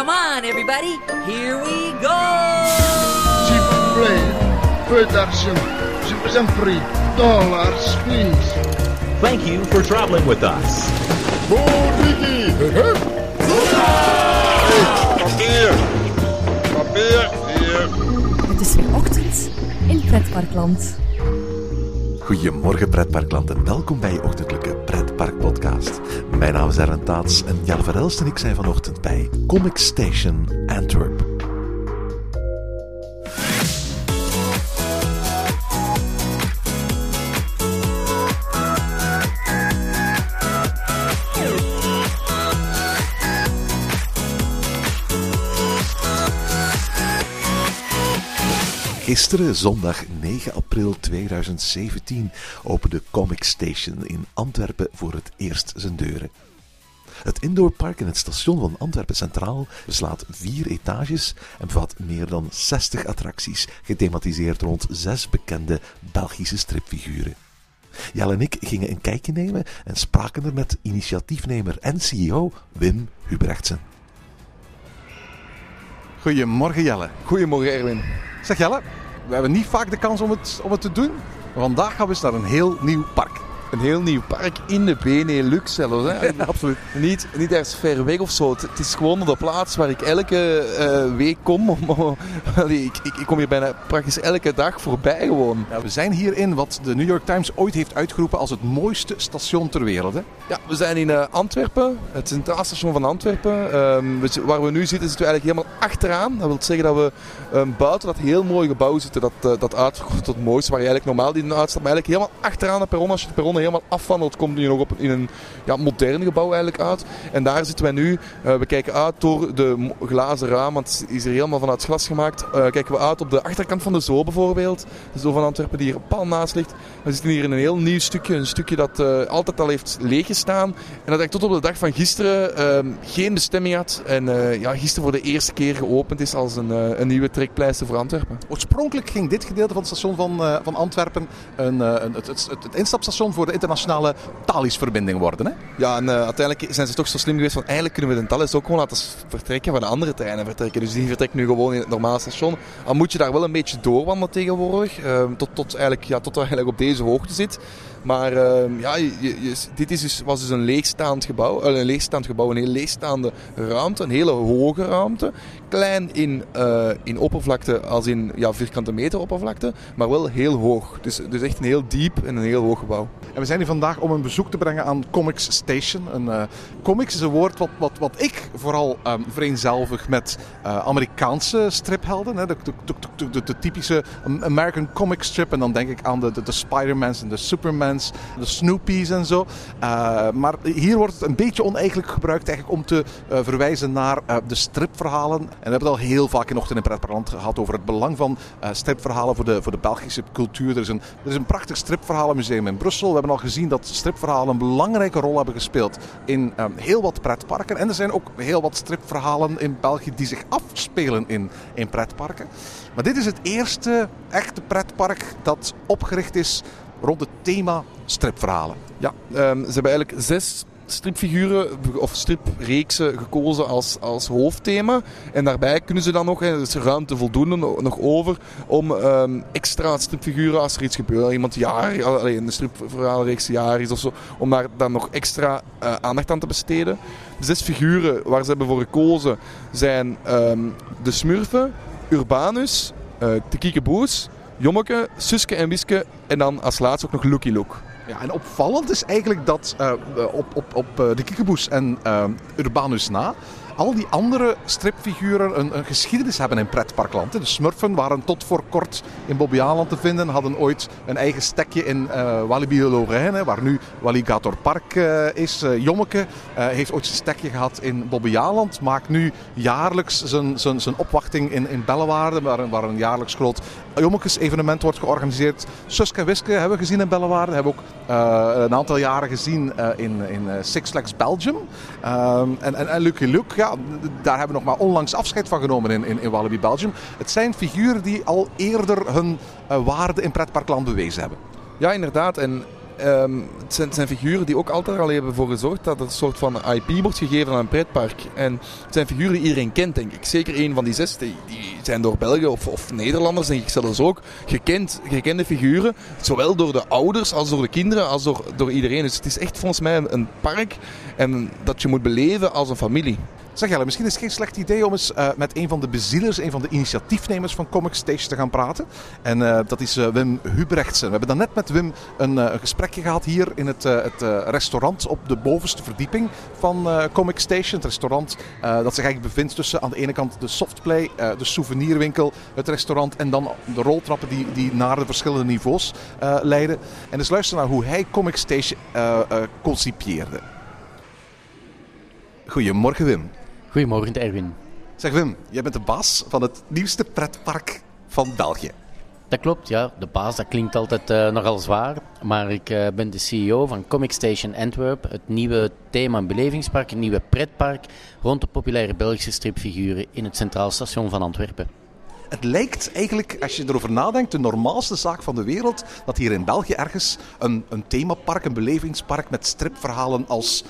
Come on, everybody. Here we go. Play, production, sempre dollars, please. Thank you for traveling with us. Papier, hier. Het is weer ochtend in Pretparkland. Goedemorgen Pretparkland en welkom bij je ochtendelijke Pretparkpodcast. Mijn naam is Erwin Taats en Jelle Verhelst en ik zijn vanochtend bij Comic Station Antwerp. Gisteren, zondag 9 april 2017, opende Comic Station in Antwerpen voor het eerst zijn deuren. Het indoorpark in het station van Antwerpen Centraal beslaat 4 etages en bevat meer dan 60 attracties, gethematiseerd rond 6 bekende Belgische stripfiguren. Jelle en ik gingen een kijkje nemen en spraken er met initiatiefnemer en CEO Wim Hubrechtsen. Goedemorgen Jelle. Goedemorgen Erwin. Zeg Jelle, we hebben niet vaak de kans om het te doen. Maar vandaag gaan we eens naar een heel nieuw park. Een heel nieuw park in de Benelux zelfs. Hè? Ja, absoluut. Niet ergens ver weg of zo. Het is gewoon de plaats waar ik elke week kom. Ik kom hier bijna praktisch elke dag voorbij gewoon. Ja, we zijn hier in wat de New York Times ooit heeft uitgeroepen als het mooiste station ter wereld. Hè? Ja, we zijn in Antwerpen, het centraal station van Antwerpen. Waar we nu zitten, zitten we eigenlijk helemaal achteraan. Dat wil zeggen dat we buiten dat heel mooie gebouw zitten, dat uitverkocht tot het mooiste, waar je eigenlijk normaal niet in uitstapt. Maar eigenlijk helemaal achteraan het perron, als je het perron helemaal afwandelt, komt je nog in een modern gebouw eigenlijk uit. En daar zitten wij nu. We kijken uit door de glazen raam, want het is hier helemaal vanuit glas gemaakt. Kijken we uit op de achterkant van de Zoo bijvoorbeeld. De Zoo van Antwerpen die hier pal naast ligt. We zitten hier in een heel nieuw stukje. Een stukje dat altijd al heeft leeggestaan. En dat eigenlijk tot op de dag van gisteren geen bestemming had. En gisteren voor de eerste keer geopend is als een nieuwe trekpleister voor Antwerpen. Oorspronkelijk ging dit gedeelte van het station van Antwerpen het instapstation voor de internationale Thalys-verbinding worden. Hè? Ja, en uiteindelijk zijn ze toch zo slim geweest van eigenlijk kunnen we de Thalys ook gewoon laten vertrekken waar de andere treinen vertrekken. Dus die vertrekken nu gewoon in het normale station. Dan moet je daar wel een beetje doorwandelen tegenwoordig. Tot eigenlijk op deze hoogte zit. Maar dit was dus een leegstaand gebouw. Een heel leegstaande ruimte. Een hele hoge ruimte. Klein in oppervlakte als in vierkante meter oppervlakte. Maar wel heel hoog. Dus echt een heel diep en een heel hoog gebouw. En we zijn hier vandaag om een bezoek te brengen aan Comics Station. Comics is een woord wat ik vooral vereenzelvig met Amerikaanse striphelden. Hè? De typische American comic strip. En dan denk ik aan de Spider-Mans en de Supermans, de Snoopy's en zo. Maar hier wordt het een beetje oneigenlijk gebruikt eigenlijk om te verwijzen naar de stripverhalen. En we hebben het al heel vaak in Ochtend in Pretparkland gehad over het belang van stripverhalen voor de Belgische cultuur. Er is een prachtig stripverhalenmuseum in Brussel. We hebben al gezien dat stripverhalen een belangrijke rol hebben gespeeld in heel wat pretparken. En er zijn ook heel wat stripverhalen in België die zich afspelen in pretparken. Maar dit is het eerste echte pretpark dat opgericht is rond het thema stripverhalen. Ja, ze hebben eigenlijk 6 stripfiguren of stripreeksen gekozen als hoofdthema. En daarbij kunnen ze dan nog, er is ruimte voldoende nog over, om extra stripfiguren als er iets gebeurt. Iemand een stripverhaalreeks jaar is of zo, om daar dan nog extra aandacht aan te besteden. De 6 figuren waar ze hebben voor gekozen zijn de Smurfen, Urbanus, de Kiekeboes, Jommeke, Suske en Wiske en dan als laatste ook nog Lucky Luke. Ja, en opvallend is eigenlijk dat op de Kiekeboes en Urbanus na al die andere stripfiguren een geschiedenis hebben in pretparkland. De Smurfen waren tot voor kort in Bobbejaanland te vinden, hadden ooit een eigen stekje in Walibi-Lorraine, waar nu Walligator Park is. Jommeke heeft ooit zijn stekje gehad in Bobbejaanland, maakt nu jaarlijks zijn opwachting in Bellewaarde, waar een jaarlijks groot Jommekes-evenement wordt georganiseerd. Suske en Wiske hebben we gezien in Bellewaarde, hebben we ook een aantal jaren gezien in Six Flags Belgium. En Lucky Luke, ja, daar hebben we nog maar onlangs afscheid van genomen in Walibi Belgium. Het zijn figuren die al eerder hun waarde in pretparkland bewezen hebben. Ja, inderdaad. En het zijn figuren die ook altijd al hebben voor gezorgd dat er een soort van IP wordt gegeven aan een pretpark. En het zijn figuren die iedereen kent, denk ik. Zeker een van die 6, die zijn door Belgen of Nederlanders, denk ik zelfs ook, gekende figuren. Zowel door de ouders als door de kinderen, als door iedereen. Dus het is echt volgens mij een park en dat je moet beleven als een familie. Zeg Jelle, misschien is het geen slecht idee om eens met een van de bezielers, een van de initiatiefnemers van Comic Station te gaan praten. En dat is Wim Hubrechtsen. We hebben daarnet met Wim een gesprekje gehad hier in het restaurant op de bovenste verdieping van Comic Station. Het restaurant dat zich eigenlijk bevindt tussen aan de ene kant de softplay, de souvenirwinkel, het restaurant en dan de roltrappen die naar de verschillende niveaus leiden. En eens luisteren naar hoe hij Comic Station concipieerde. Goedemorgen Wim. Goedemorgen Erwin. Zeg Wim, jij bent de baas van het nieuwste pretpark van België. Dat klopt, ja. De baas, dat klinkt altijd nogal zwaar. Maar ik ben de CEO van Comic Station Antwerp, het nieuwe thema- en belevingspark, het nieuwe pretpark rond de populaire Belgische stripfiguren in het Centraal Station van Antwerpen. Het lijkt eigenlijk, als je erover nadenkt, de normaalste zaak van de wereld dat hier in België ergens een themapark, een belevingspark met stripverhalen als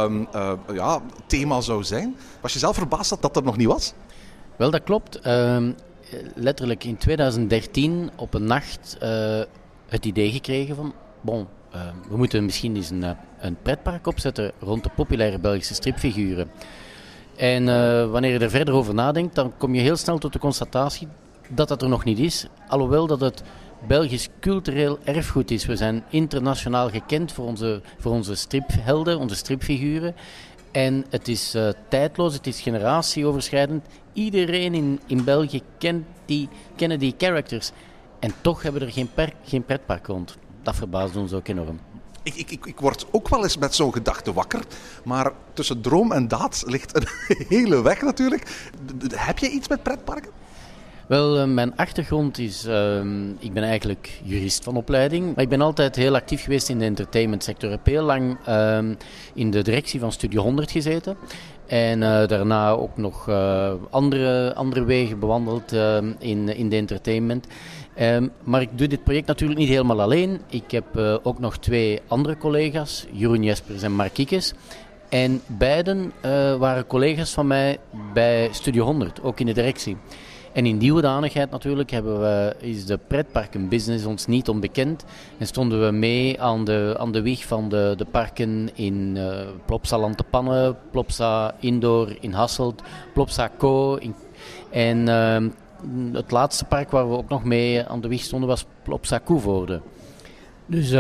thema zou zijn. Was je zelf verbaasd dat er nog niet was? Wel, dat klopt. Letterlijk in 2013 op een nacht het idee gekregen van... we moeten misschien eens een pretpark opzetten rond de populaire Belgische stripfiguren. En wanneer je er verder over nadenkt, dan kom je heel snel tot de constatatie dat dat er nog niet is. Alhoewel dat het Belgisch cultureel erfgoed is. We zijn internationaal gekend voor onze striphelden, onze stripfiguren. En het is tijdloos, het is generatieoverschrijdend. Iedereen in België kennen die characters. En toch hebben we er geen pretpark rond. Dat verbaast ons ook enorm. Ik word ook wel eens met zo'n gedachte wakker, maar tussen droom en daad ligt een hele weg natuurlijk. Heb je iets met pretparken? Wel, mijn achtergrond is... ik ben eigenlijk jurist van opleiding, maar ik ben altijd heel actief geweest in de entertainmentsector. Ik heb heel lang in de directie van Studio 100 gezeten. En daarna ook nog andere wegen bewandeld in de entertainment. Maar ik doe dit project natuurlijk niet helemaal alleen. Ik heb ook nog 2 andere collega's, Jeroen Jespers en Mark Kiekes. En beiden waren collega's van mij bij Studio 100, ook in de directie. En in die hoedanigheid natuurlijk is de pretparkenbusiness ons niet onbekend. En stonden we mee aan de wieg van de parken in Plopsa Lantepanne, Plopsa Indoor in Hasselt, Plopsa Co. En het laatste park waar we ook nog mee aan de wieg stonden was Plopsa Koevoorde. Dus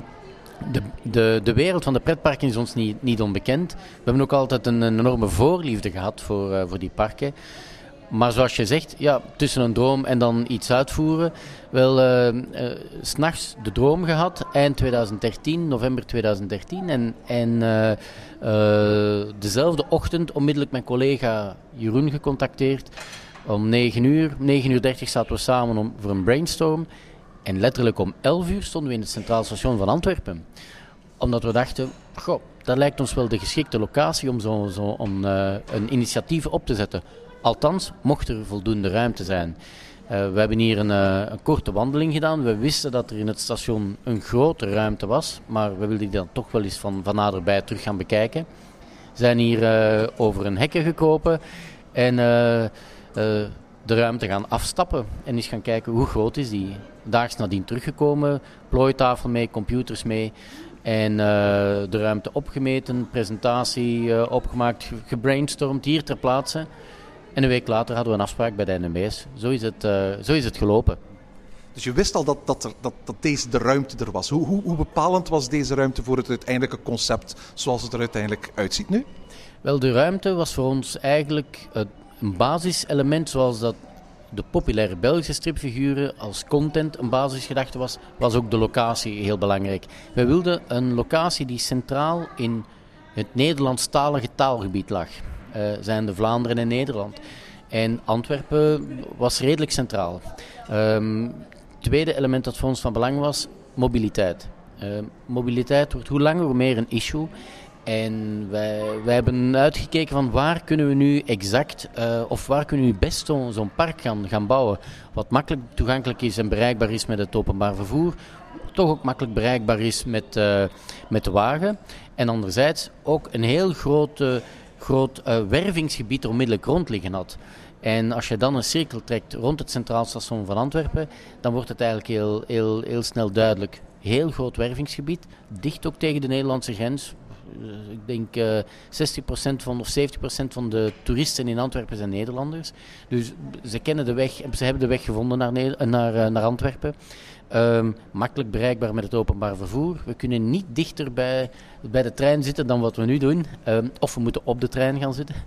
de wereld van de pretparken is ons niet onbekend. We hebben ook altijd een enorme voorliefde gehad voor die parken. Maar zoals je zegt, ja, tussen een droom en dan iets uitvoeren. Wel, 's nachts de droom gehad, eind 2013, november 2013. En dezelfde ochtend onmiddellijk mijn collega Jeroen gecontacteerd. Om 9:30 zaten we samen voor een brainstorm. En letterlijk om 11:00 stonden we in het Centraal Station van Antwerpen. Omdat we dachten, dat lijkt ons wel de geschikte locatie om een initiatief op te zetten. Althans, mocht er voldoende ruimte zijn. We hebben hier een korte wandeling gedaan. We wisten dat er in het station een grote ruimte was, maar we wilden die dan toch wel eens van naderbij terug gaan bekijken. We zijn hier over een hekken gekropen en de ruimte gaan afstappen en eens gaan kijken hoe groot is die. Daags nadien teruggekomen, plooitafel mee, computers mee. En de ruimte opgemeten, presentatie opgemaakt, gebrainstormd hier ter plaatse. En een week later hadden we een afspraak bij de NMBS. Zo is het gelopen. Dus je wist al dat deze de ruimte er was. Hoe bepalend was deze ruimte voor het uiteindelijke concept zoals het er uiteindelijk uitziet nu? Wel, de ruimte was voor ons eigenlijk een basiselement zoals dat de populaire Belgische stripfiguren als content een basisgedachte was ook de locatie heel belangrijk. Wij wilden een locatie die centraal in het Nederlandstalige taalgebied lag. Zijn de Vlaanderen en Nederland. En Antwerpen was redelijk centraal. Tweede element dat voor ons van belang was, mobiliteit. Mobiliteit wordt hoe langer hoe meer een issue. En wij hebben uitgekeken van waar kunnen we nu exact, of waar kunnen we nu best zo'n park gaan bouwen. Wat makkelijk toegankelijk is en bereikbaar is met het openbaar vervoer. toch ook makkelijk bereikbaar is met de wagen. En anderzijds ook een heel groot wervingsgebied er onmiddellijk rond liggen had. En als je dan een cirkel trekt rond het Centraal Station van Antwerpen, dan wordt het eigenlijk heel snel duidelijk. Heel groot wervingsgebied, dicht ook tegen de Nederlandse grens. Ik denk 60% of 70% van de toeristen in Antwerpen zijn Nederlanders. Dus ze kennen de weg, ze hebben de weg gevonden naar Antwerpen. Makkelijk bereikbaar met het openbaar vervoer. We kunnen niet dichter bij de trein zitten dan wat we nu doen. Of we moeten op de trein gaan zitten.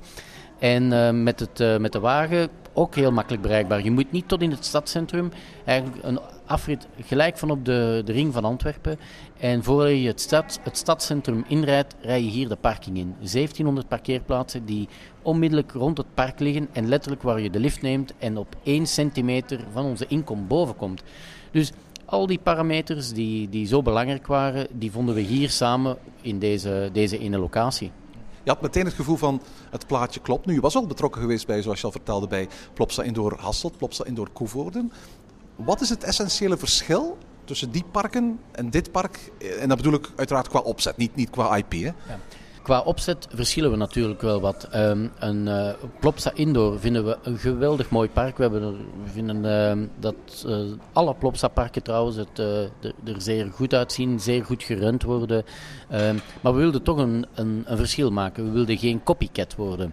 En met de wagen ook heel makkelijk bereikbaar. Je moet niet tot in het stadscentrum. Eigenlijk een afrit gelijk vanop de ring van Antwerpen. En voor je het stadscentrum inrijdt, rij je hier de parking in. 1700 parkeerplaatsen die onmiddellijk rond het park liggen. En letterlijk waar je de lift neemt en op 1 centimeter van onze inkom boven komt. Dus al die parameters die zo belangrijk waren, die vonden we hier samen in deze ene locatie. Je had meteen het gevoel van het plaatje klopt. Nu, je was al betrokken geweest bij, zoals je al vertelde, bij Plopsa Indoor Hasselt, Plopsa Indoor Coevorden. Wat is het essentiële verschil tussen die parken en dit park? En dat bedoel ik uiteraard qua opzet, niet qua IP. Hè? Ja. Qua opzet verschillen we natuurlijk wel wat. Plopsa Indoor vinden we een geweldig mooi park. We vinden dat alle Plopsa-parken trouwens er zeer goed uitzien, zeer goed gerund worden. Maar we wilden toch een verschil maken. We wilden geen copycat worden.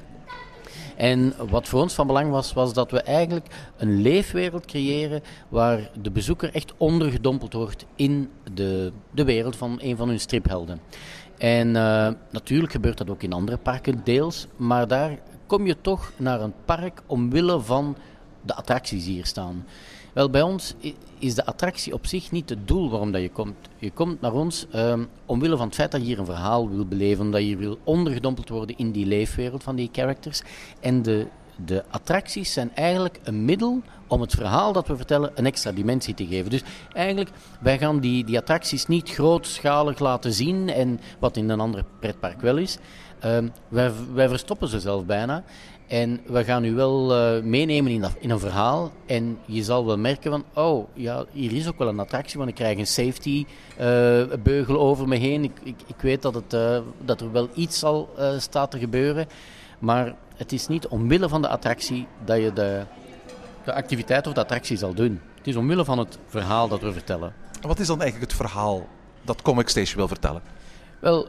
En wat voor ons van belang was dat we eigenlijk een leefwereld creëren waar de bezoeker echt ondergedompeld wordt in de wereld van een van hun striphelden. En natuurlijk gebeurt dat ook in andere parken deels, maar daar kom je toch naar een park omwille van de attracties die hier staan. Wel, bij ons is de attractie op zich niet het doel waarom dat je komt. Je komt naar ons omwille van het feit dat je hier een verhaal wil beleven, dat je wil ondergedompeld worden in die leefwereld van die characters. En de attracties zijn eigenlijk een middel om het verhaal dat we vertellen een extra dimensie te geven. Dus eigenlijk, wij gaan die attracties niet grootschalig laten zien, en wat in een ander pretpark wel is. Wij verstoppen ze zelf bijna. En we gaan u wel meenemen in een verhaal. En je zal wel merken van, oh ja, hier is ook wel een attractie, want ik krijg een safety beugel over me heen. Ik weet dat er wel iets zal staan te gebeuren. Maar het is niet omwille van de attractie dat je de activiteit of de attractie zal doen. Het is omwille van het verhaal dat we vertellen. Wat is dan eigenlijk het verhaal dat Comic Station wil vertellen? Wel,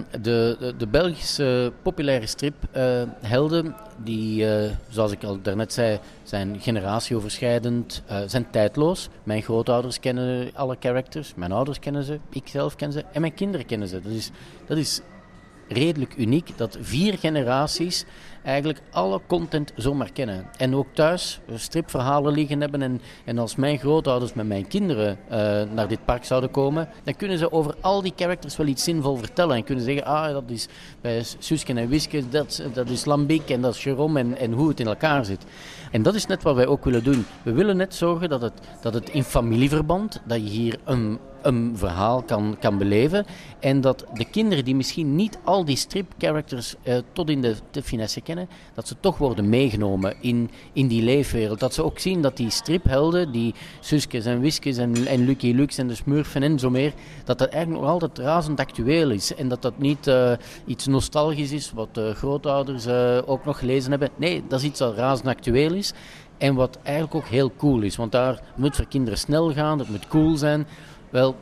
de Belgische populaire striphelden, die, zoals ik al daarnet zei, zijn generatieoverschrijdend, zijn tijdloos. Mijn grootouders kennen alle characters, mijn ouders kennen ze, ik zelf ken ze en mijn kinderen kennen ze. Dat is redelijk uniek dat 4 generaties eigenlijk alle content zomaar kennen. En ook thuis stripverhalen liggen hebben. En als mijn grootouders met mijn kinderen naar dit park zouden komen, dan kunnen ze over al die characters wel iets zinvol vertellen. En kunnen zeggen, dat is bij Suske en Wiske, dat is Lambiek en dat is Jérôme en hoe het in elkaar zit. En dat is net wat wij ook willen doen. We willen net zorgen dat het in familieverband, dat je hier een verhaal kan beleven. En dat de kinderen die misschien niet al die stripcharacters tot in de finesse kennen, dat ze toch worden meegenomen in die leefwereld. Dat ze ook zien dat die striphelden, die Suskes en Wiskes en Lucky Luke's en de Smurfen en zo meer, dat eigenlijk nog altijd razend actueel is. En dat niet iets nostalgisch is, wat grootouders ook nog gelezen hebben. Nee, dat is iets dat razend actueel is. En wat eigenlijk ook heel cool is. Want daar moet voor kinderen snel gaan, het moet cool zijn. Wel,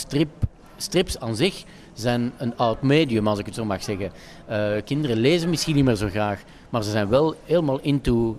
strips aan zich zijn een oud medium, als ik het zo mag zeggen. Kinderen lezen misschien niet meer zo graag, maar ze zijn wel helemaal into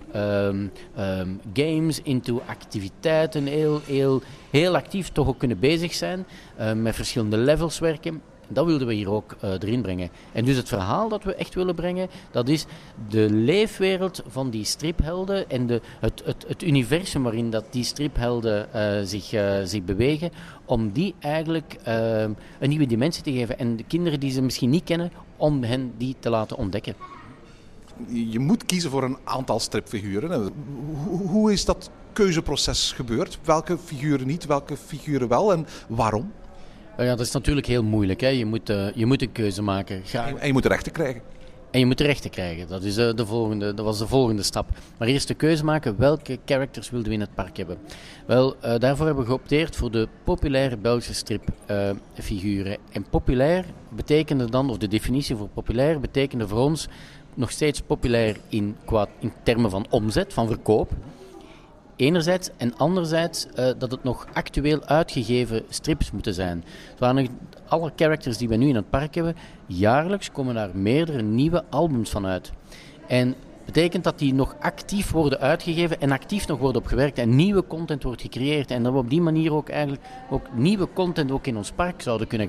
games, into activiteiten, heel actief toch ook kunnen bezig zijn, met verschillende levels werken. Dat wilden we hier ook erin brengen. En dus het verhaal dat we echt willen brengen, dat is de leefwereld van die striphelden en het universum waarin dat die striphelden zich bewegen, om die eigenlijk een nieuwe dimensie te geven. En de kinderen die ze misschien niet kennen, om hen die te laten ontdekken. Je moet kiezen voor een aantal stripfiguren. Hoe is dat keuzeproces gebeurd? Welke figuren niet, welke figuren wel en waarom? Ja, dat is natuurlijk heel moeilijk. Hè. Je moet een keuze maken. En je moet de rechten krijgen. En je moet de rechten krijgen. Dat was de volgende stap. Maar eerst de keuze maken, welke characters wilden we in het park hebben. Wel, daarvoor hebben we geopteerd voor de populaire Belgische stripfiguren. En populair betekende dan, of de definitie voor populair, betekende voor ons nog steeds populair in termen van omzet, van verkoop. Enerzijds en anderzijds dat het nog actueel uitgegeven strips moeten zijn. Alle characters die we nu in het park hebben, jaarlijks komen daar meerdere nieuwe albums van uit. En betekent dat die nog actief worden uitgegeven en actief nog worden opgewerkt en nieuwe content wordt gecreëerd. En dat we op die manier ook eigenlijk ook nieuwe content ook in ons park zouden kunnen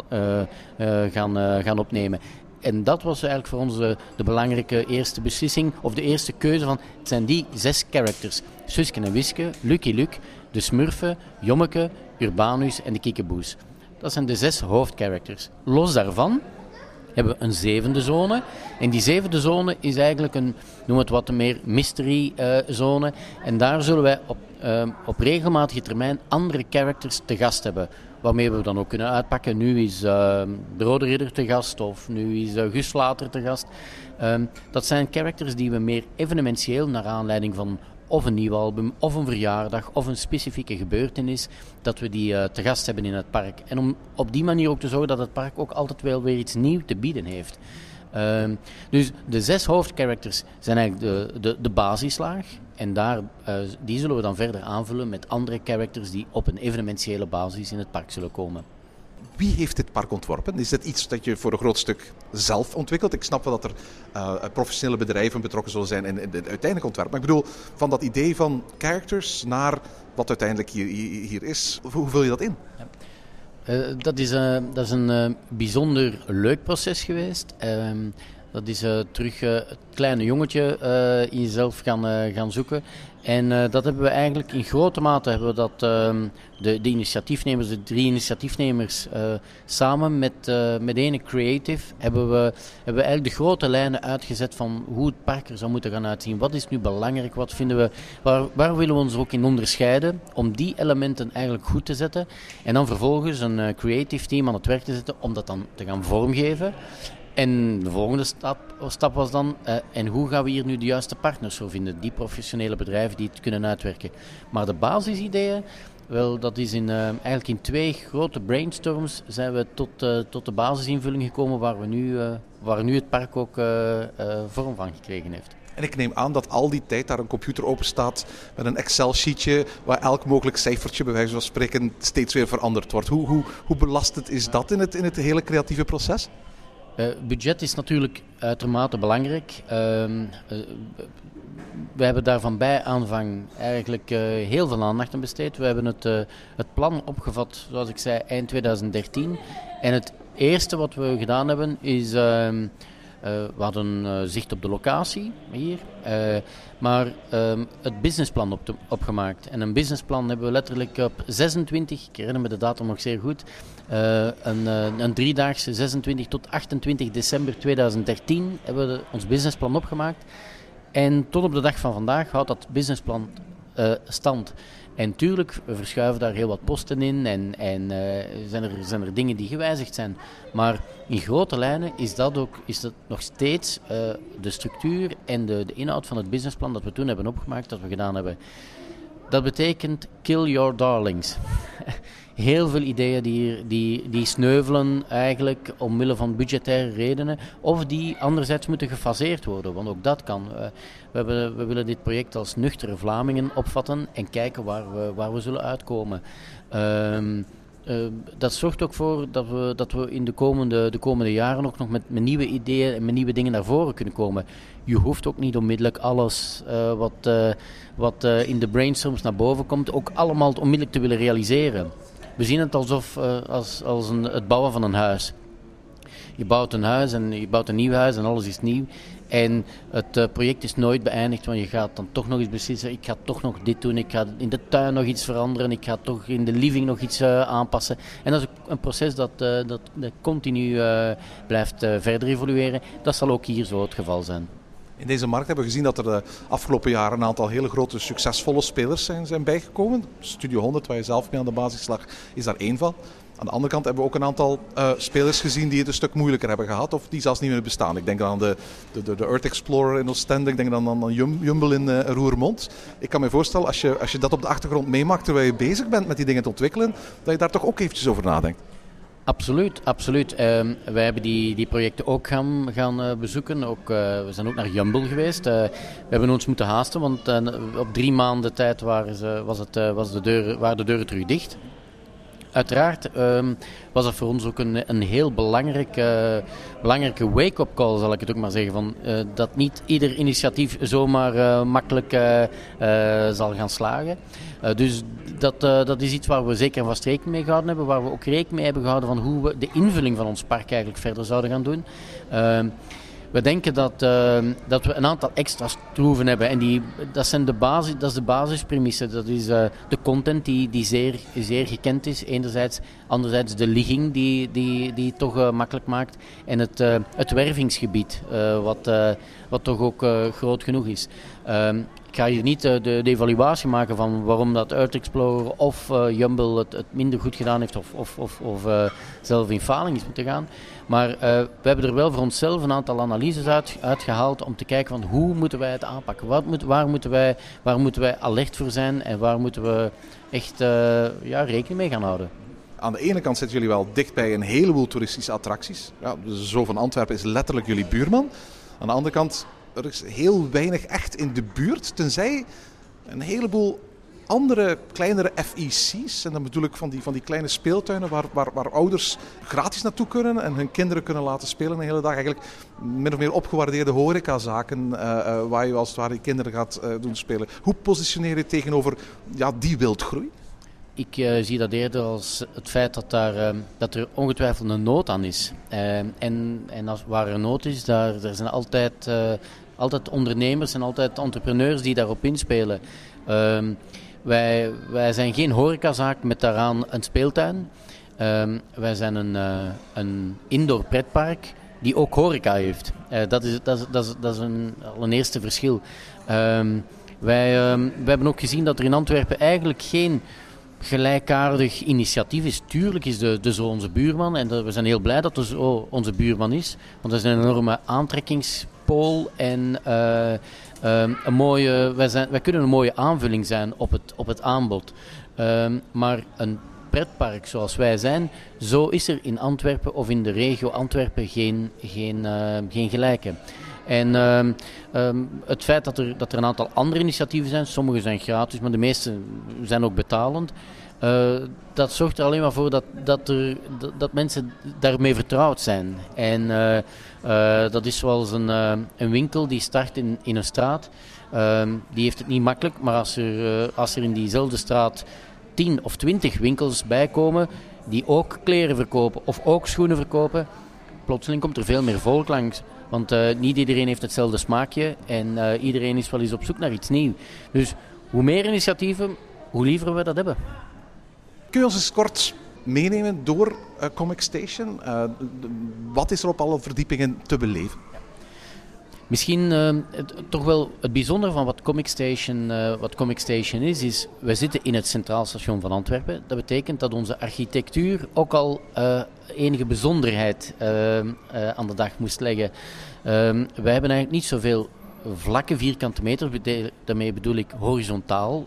gaan opnemen. En dat was eigenlijk voor ons de belangrijke eerste beslissing, of de eerste keuze van, het zijn die 6 characters. Suske en Wiske, Lucky Luke, de Smurfen, Jommeke, Urbanus en de Kiekeboes. Dat zijn de 6 hoofdcharacters. Los daarvan hebben we een 7e zone. En die 7e zone is eigenlijk noem het wat meer mystery zone. En daar zullen wij op regelmatige termijn andere characters te gast hebben. Waarmee we dan ook kunnen uitpakken. Nu is de Rode Ridder te gast of nu is Gus Vlater te gast. Dat zijn characters die we meer evenementieel naar aanleiding van of een nieuw album, of een verjaardag, of een specifieke gebeurtenis, dat we die te gast hebben in het park. En om op die manier ook te zorgen dat het park ook altijd wel weer iets nieuws te bieden heeft. Dus de 6 hoofdcharacters zijn eigenlijk de basislaag. En die zullen we dan verder aanvullen met andere characters die op een evenementiële basis in het park zullen komen. Wie heeft dit park ontworpen? Is dit iets dat je voor een groot stuk zelf ontwikkelt? Ik snap wel dat er professionele bedrijven betrokken zullen zijn in het uiteindelijke ontwerp. Maar ik bedoel, van dat idee van characters naar wat uiteindelijk hier is, hoe vul je dat in? Ja. Dat is een bijzonder leuk proces geweest. Dat is terug het kleine jongetje in jezelf gaan zoeken. En dat hebben we eigenlijk in grote mate de initiatiefnemers, de 3 initiatiefnemers, samen met ene creative hebben we eigenlijk de grote lijnen uitgezet van hoe het park er zou moeten gaan uitzien. Wat is nu belangrijk? Wat vinden we? Waar willen we ons ook in onderscheiden? Om die elementen eigenlijk goed te zetten. En dan vervolgens een creative team aan het werk te zetten om dat dan te gaan vormgeven. En de volgende stap was dan, en hoe gaan we hier nu de juiste partners voor vinden? Die professionele bedrijven die het kunnen uitwerken. Maar de basisideeën, wel, dat is eigenlijk in 2 grote brainstorms zijn we tot de basisinvulling gekomen waar nu het park ook vorm van gekregen heeft. En ik neem aan dat al die tijd daar een computer open staat met een Excel-sheetje waar elk mogelijk cijfertje bij wijze van spreken steeds weer veranderd wordt. Hoe belastend is dat in het hele creatieve proces? Budget is natuurlijk uitermate belangrijk. We hebben daar van bij aanvang eigenlijk heel veel aandacht aan besteed. We hebben het plan opgevat, zoals ik zei, eind 2013. En het eerste wat we gedaan hebben is... we hadden zicht op de locatie hier, maar het businessplan opgemaakt. En een businessplan hebben we letterlijk op 26, ik herinner me de datum nog zeer goed, een 3-daagse 26 tot 28 december 2013 hebben we ons businessplan opgemaakt. En tot op de dag van vandaag houdt dat businessplan stand. En tuurlijk, we verschuiven daar heel wat posten in en zijn er dingen die gewijzigd zijn. Maar in grote lijnen is dat nog steeds de structuur en de inhoud van het businessplan dat we toen hebben opgemaakt, dat we gedaan hebben. Dat betekent kill your darlings. Heel veel ideeën die sneuvelen eigenlijk omwille van budgettaire redenen. Of die anderzijds moeten gefaseerd worden, want ook dat kan. We willen dit project als nuchtere Vlamingen opvatten en kijken waar we zullen uitkomen. Dat zorgt ook voor dat we in de komende jaren ook nog met nieuwe ideeën en met nieuwe dingen naar voren kunnen komen. Je hoeft ook niet onmiddellijk alles wat in de brainstorms naar boven komt, ook allemaal onmiddellijk te willen realiseren. We zien het als het bouwen van een huis. Je bouwt een huis en je bouwt een nieuw huis en alles is nieuw. En het project is nooit beëindigd, want je gaat dan toch nog eens beslissen, ik ga toch nog dit doen, ik ga in de tuin nog iets veranderen, ik ga toch in de living nog iets aanpassen. En dat is een proces dat continu blijft verder evolueren. Dat zal ook hier zo het geval zijn. In deze markt hebben we gezien dat er de afgelopen jaren een aantal hele grote succesvolle spelers zijn bijgekomen. Studio 100, waar je zelf mee aan de basis lag, is daar één van. Aan de andere kant hebben we ook een aantal spelers gezien die het een stuk moeilijker hebben gehad of die zelfs niet meer bestaan. Ik denk aan de Earth Explorer in Oostende, ik denk dan aan Jumble in Roermond. Ik kan me voorstellen, als je dat op de achtergrond meemaakt terwijl je bezig bent met die dingen te ontwikkelen, dat je daar toch ook eventjes over nadenkt. Absoluut. Wij hebben die projecten ook gaan bezoeken. We zijn ook naar Jumble geweest. We hebben ons moeten haasten, want op 3 maanden tijd waren de deuren terug dicht. Uiteraard was dat voor ons ook een heel belangrijke wake-up call, zal ik het ook maar zeggen. Dat niet ieder initiatief zomaar makkelijk zal gaan slagen. Dus dat is iets waar we zeker en vast rekening mee gehouden hebben. Waar we ook rekening mee hebben gehouden van hoe we de invulling van ons park eigenlijk verder zouden gaan doen. We denken dat we een aantal extra troeven hebben. En dat is de basispremisse. Dat is de content die zeer gekend is, enerzijds. Anderzijds de ligging die het toch makkelijk maakt. En het wervingsgebied, wat toch ook groot genoeg is. Ik ga hier niet de evaluatie maken van waarom dat Earth Explorer of Jumble het minder goed gedaan heeft of zelf in faling is moeten gaan. Maar we hebben er wel voor onszelf een aantal analyses uitgehaald om te kijken van hoe moeten wij het aanpakken. Waar moeten wij alert voor zijn en waar moeten we echt rekening mee gaan houden. Aan de ene kant zitten jullie wel dicht bij een heleboel toeristische attracties. Ja, de Zoo van Antwerpen is letterlijk jullie buurman. Aan de andere kant, er is heel weinig echt in de buurt, tenzij een heleboel andere kleinere FEC's. En dan bedoel ik van die kleine speeltuinen waar ouders gratis naartoe kunnen en hun kinderen kunnen laten spelen de hele dag. Eigenlijk min of meer opgewaardeerde horecazaken waar je als het ware je kinderen gaat doen spelen. Hoe positioneer je tegenover die wildgroei? Ik zie dat eerder als het feit dat er ongetwijfeld een nood aan is. En waar er nood is, er zijn altijd ondernemers en altijd entrepreneurs die daarop inspelen. Wij zijn geen horecazaak met daaraan een speeltuin. Wij zijn een indoor pretpark die ook horeca heeft. Dat is al een eerste verschil. Wij hebben ook gezien dat er in Antwerpen eigenlijk geen gelijkaardig initiatief is. Tuurlijk is de Zoo onze buurman en we zijn heel blij dat de Zoo onze buurman is. Want dat is een enorme aantrekkingspool en wij kunnen een mooie aanvulling zijn op het aanbod. Maar een pretpark zoals wij zijn, zo is er in Antwerpen of in de regio Antwerpen geen gelijke. En het feit dat er een aantal andere initiatieven zijn, sommige zijn gratis, maar de meeste zijn ook betalend. Dat zorgt er alleen maar voor dat mensen daarmee vertrouwd zijn. En dat is zoals een winkel die start in een straat. Die heeft het niet makkelijk, maar als er in diezelfde straat 10 of 20 winkels bijkomen die ook kleren verkopen of ook schoenen verkopen, plotseling komt er veel meer volk langs. Want niet iedereen heeft hetzelfde smaakje en iedereen is wel eens op zoek naar iets nieuws. Dus hoe meer initiatieven, hoe liever we dat hebben. Kun je ons eens kort meenemen door Comic Station? Wat is er op alle verdiepingen te beleven? Misschien toch wel het bijzondere van wat Comic Station is wij zitten in het Centraal Station van Antwerpen. Dat betekent dat onze architectuur ook al enige bijzonderheid aan de dag moest leggen. Wij hebben eigenlijk niet zoveel vlakke vierkante meters, daarmee bedoel ik horizontaal.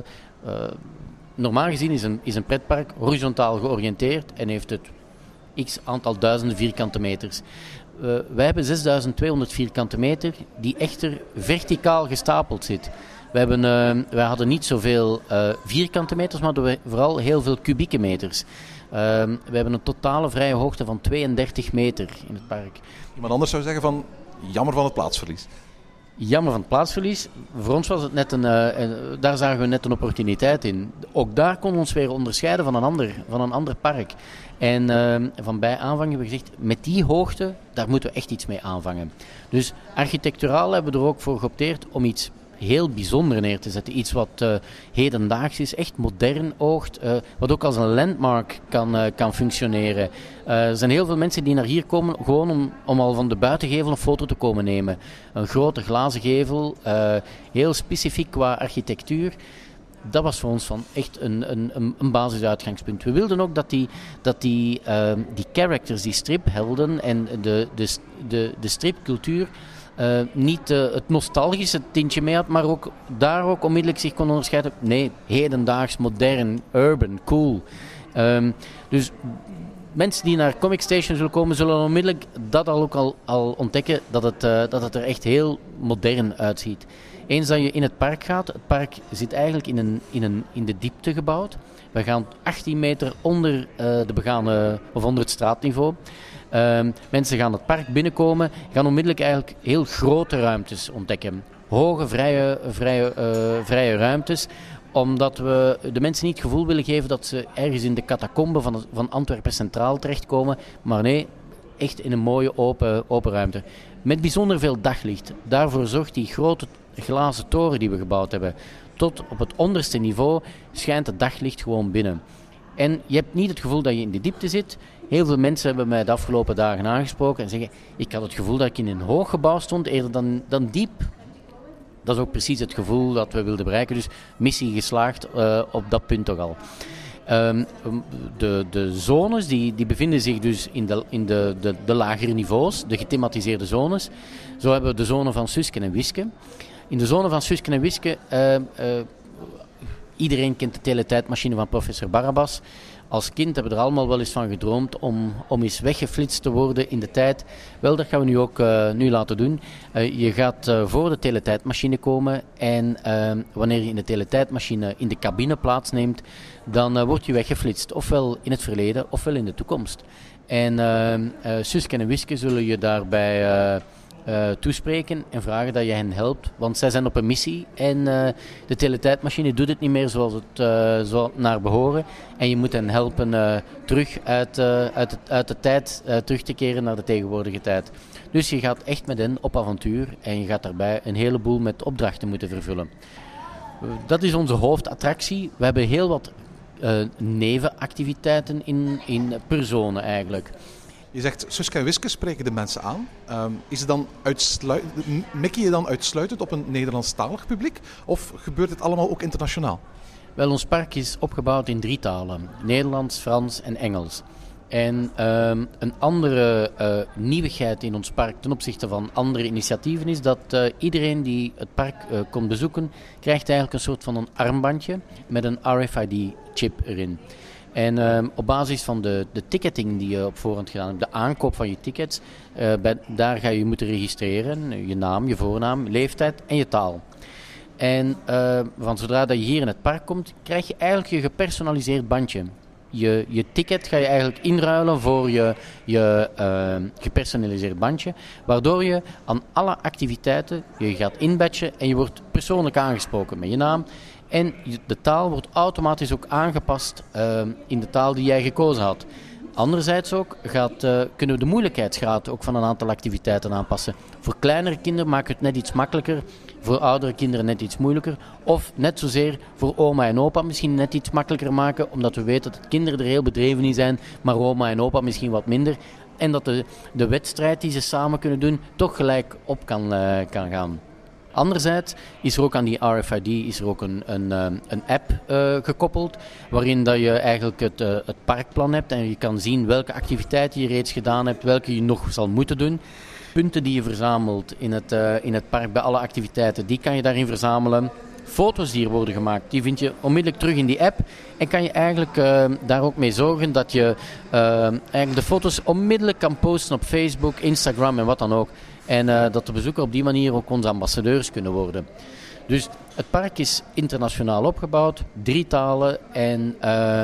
Normaal gezien is een pretpark horizontaal georiënteerd en heeft het x aantal duizenden vierkante meters. Wij hebben 6200 vierkante meter die echter verticaal gestapeld zit. Wij hadden niet zoveel vierkante meters, maar vooral heel veel kubieke meters. We hebben een totale vrije hoogte van 32 meter in het park. Iemand anders zou zeggen van jammer van het plaatsverlies. Jammer van het plaatsverlies. Voor ons was het net daar zagen we net een opportuniteit in. Ook daar konden we ons weer onderscheiden van een ander park. En van bij aanvang hebben we gezegd, met die hoogte, daar moeten we echt iets mee aanvangen. Dus architecturaal hebben we er ook voor geopteerd om iets heel bijzonder neer te zetten. Iets wat hedendaags is, echt modern oogt, wat ook als een landmark kan functioneren. Er zijn heel veel mensen die naar hier komen gewoon om al van de buitengevel een foto te komen nemen. Een grote glazen gevel, heel specifiek qua architectuur. dat was voor ons van echt een basisuitgangspunt. We wilden ook dat die characters, die striphelden en de stripcultuur niet het nostalgische tintje mee had, maar ook daar ook onmiddellijk zich kon onderscheiden. Nee, hedendaags, modern, urban, cool. Dus mensen die naar Comic Station zullen komen, zullen onmiddellijk dat ook al ontdekken, dat het er echt heel modern uitziet. Eens dat je in het park gaat, het park zit eigenlijk in de diepte gebouwd. We gaan 18 meter onder de begane, of onder het straatniveau. Mensen gaan het park binnenkomen, gaan onmiddellijk eigenlijk heel grote ruimtes ontdekken. Hoge, vrije ruimtes, omdat we de mensen niet het gevoel willen geven dat ze ergens in de catacomben van Antwerpen Centraal terechtkomen, maar nee, echt in een mooie open ruimte. Met bijzonder veel daglicht. Daarvoor zorgt die grote glazen toren die we gebouwd hebben. Tot op het onderste niveau schijnt het daglicht gewoon binnen. En je hebt niet het gevoel dat je in de diepte zit. Heel veel mensen hebben mij de afgelopen dagen aangesproken en zeggen, ik had het gevoel dat ik in een hoog gebouw stond eerder dan diep. Dat is ook precies het gevoel dat we wilden bereiken. Dus missie geslaagd op dat punt toch al. De zones die bevinden zich dus in de lagere niveaus, de gethematiseerde zones. Zo hebben we de zone van Suske en Wiske. In de zone van Suske en Wiske, iedereen kent de teletijdmachine van professor Barabbas. Als kind hebben we er allemaal wel eens van gedroomd om eens weggeflitst te worden in de tijd. Wel, dat gaan we nu ook nu laten doen. Je gaat voor de teletijdmachine komen en wanneer je in de teletijdmachine in de cabine plaatsneemt, dan word je weggeflitst. Ofwel in het verleden, ofwel in de toekomst. En Suske en Wiske zullen je daarbij toespreken en vragen dat je hen helpt, want zij zijn op een missie en de teletijdmachine doet het niet meer zoals het zo naar behoren en je moet hen helpen terug uit de tijd terug te keren naar de tegenwoordige tijd. Dus je gaat echt met hen op avontuur en je gaat daarbij een heleboel met opdrachten moeten vervullen. Dat is onze hoofdattractie. We hebben heel wat nevenactiviteiten per zone eigenlijk. Je zegt, Suske en Wiske spreken de mensen aan. Is het dan mik je dan uitsluitend op een Nederlandstalig publiek? Of gebeurt dit allemaal ook internationaal? Wel, ons park is opgebouwd in 3 talen. Nederlands, Frans en Engels. En een andere nieuwigheid in ons park ten opzichte van andere initiatieven is dat iedereen die het park komt bezoeken, krijgt eigenlijk een soort van een armbandje met een RFID-chip erin. En op basis van de ticketing die je op voorhand gedaan hebt, de aankoop van je tickets, daar ga je moeten registreren. Je naam, je voornaam, leeftijd en je taal. En van zodra dat je hier in het park komt, krijg je eigenlijk je gepersonaliseerd bandje. Je ticket ga je eigenlijk inruilen voor je gepersonaliseerd bandje, waardoor je aan alle activiteiten, je gaat inbadgen en je wordt persoonlijk aangesproken met je naam. En de taal wordt automatisch ook aangepast in de taal die jij gekozen had. Anderzijds ook kunnen we de moeilijkheidsgraad ook van een aantal activiteiten aanpassen. Voor kleinere kinderen maken we het net iets makkelijker, voor oudere kinderen net iets moeilijker. Of net zozeer voor oma en opa misschien net iets makkelijker maken, omdat we weten dat kinderen er heel bedreven in zijn, maar oma en opa misschien wat minder. En dat de wedstrijd die ze samen kunnen doen toch gelijk op kan gaan. Anderzijds is er ook aan die RFID een app gekoppeld, waarin dat je eigenlijk het parkplan hebt en je kan zien welke activiteiten je reeds gedaan hebt, welke je nog zal moeten doen. Punten die je verzamelt in het park bij alle activiteiten, die kan je daarin verzamelen. Foto's die er worden gemaakt, die vind je onmiddellijk terug in die app en kan je eigenlijk daar ook mee zorgen dat je eigenlijk de foto's onmiddellijk kan posten op Facebook, Instagram en wat dan ook. En dat de bezoekers op die manier ook onze ambassadeurs kunnen worden. Dus het park is internationaal opgebouwd, 3 talen en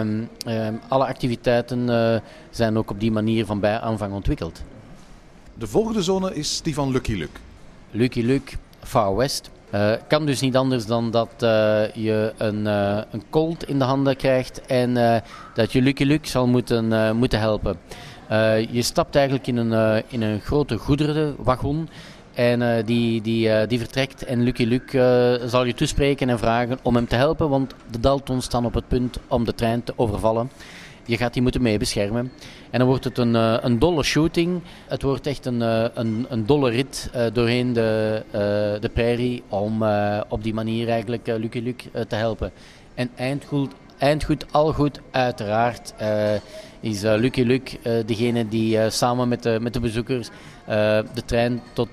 alle activiteiten zijn ook op die manier van bij aanvang ontwikkeld. De volgende zone is die van Lucky Luke. Lucky Luke, Far West. Kan dus niet anders dan dat je een colt in de handen krijgt en dat je Lucky Luke zal moeten helpen. Je stapt eigenlijk in een grote goederenwagon en die vertrekt en Lucky Luke zal je toespreken en vragen om hem te helpen, want de Daltons staan op het punt om de trein te overvallen. Je gaat die moeten mee beschermen. En dan wordt het een dolle shooting. Het wordt echt een dolle rit doorheen de prairie om op die manier eigenlijk Lucky Luke te helpen. En eindgoed, al goed, uiteraard is Lucky Luke degene die samen met de bezoekers de trein tot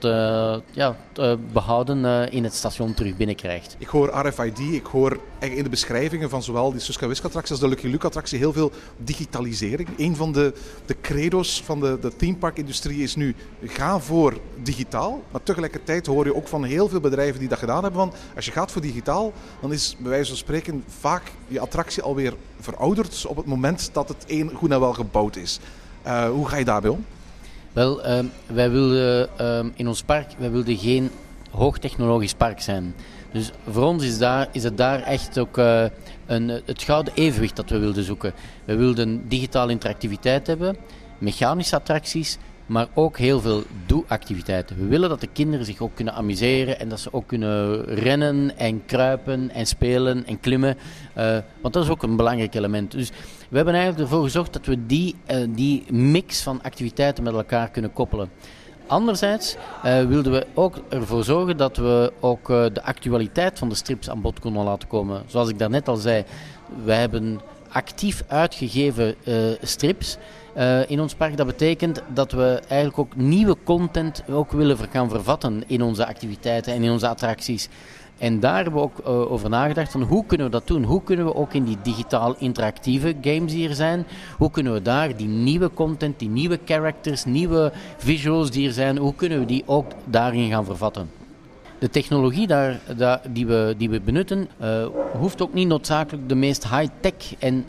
behouden in het station terug binnenkrijgt. Ik hoor RFID, ik hoor in de beschrijvingen van zowel die Suske Wiske-attractie als de Lucky Luke-attractie heel veel digitalisering. Een van de credo's van de themepark-industrie is nu, ga voor digitaal. Maar tegelijkertijd hoor je ook van heel veel bedrijven die dat gedaan hebben van, als je gaat voor digitaal, dan is bij wijze van spreken vaak je attractie alweer verouderd op het moment dat het goed en wel gebouwd is. Hoe ga je daarbij om? Wel, wij wilden in ons park geen hoogtechnologisch park zijn. Dus voor ons is het daar echt ook het gouden evenwicht dat we wilden zoeken. We wilden digitale interactiviteit hebben, mechanische attracties, maar ook heel veel doe-activiteiten. We willen dat de kinderen zich ook kunnen amuseren en dat ze ook kunnen rennen en kruipen en spelen en klimmen. Want dat is ook een belangrijk element. Dus we hebben eigenlijk ervoor gezorgd dat we die mix van activiteiten met elkaar kunnen koppelen. Anderzijds wilden we ook ervoor zorgen dat we ook de actualiteit van de strips aan bod konden laten komen. Zoals ik daarnet al zei, wij hebben actief uitgegeven strips in ons park. Dat betekent dat we eigenlijk ook nieuwe content ook willen gaan vervatten in onze activiteiten en in onze attracties. En daar hebben we ook over nagedacht van hoe kunnen we dat doen? Hoe kunnen we ook in die digitaal interactieve games die er zijn, hoe kunnen we daar die nieuwe content, die nieuwe characters, nieuwe visuals die er zijn, hoe kunnen we die ook daarin gaan vervatten? De technologie die we benutten hoeft ook niet noodzakelijk de meest high-tech en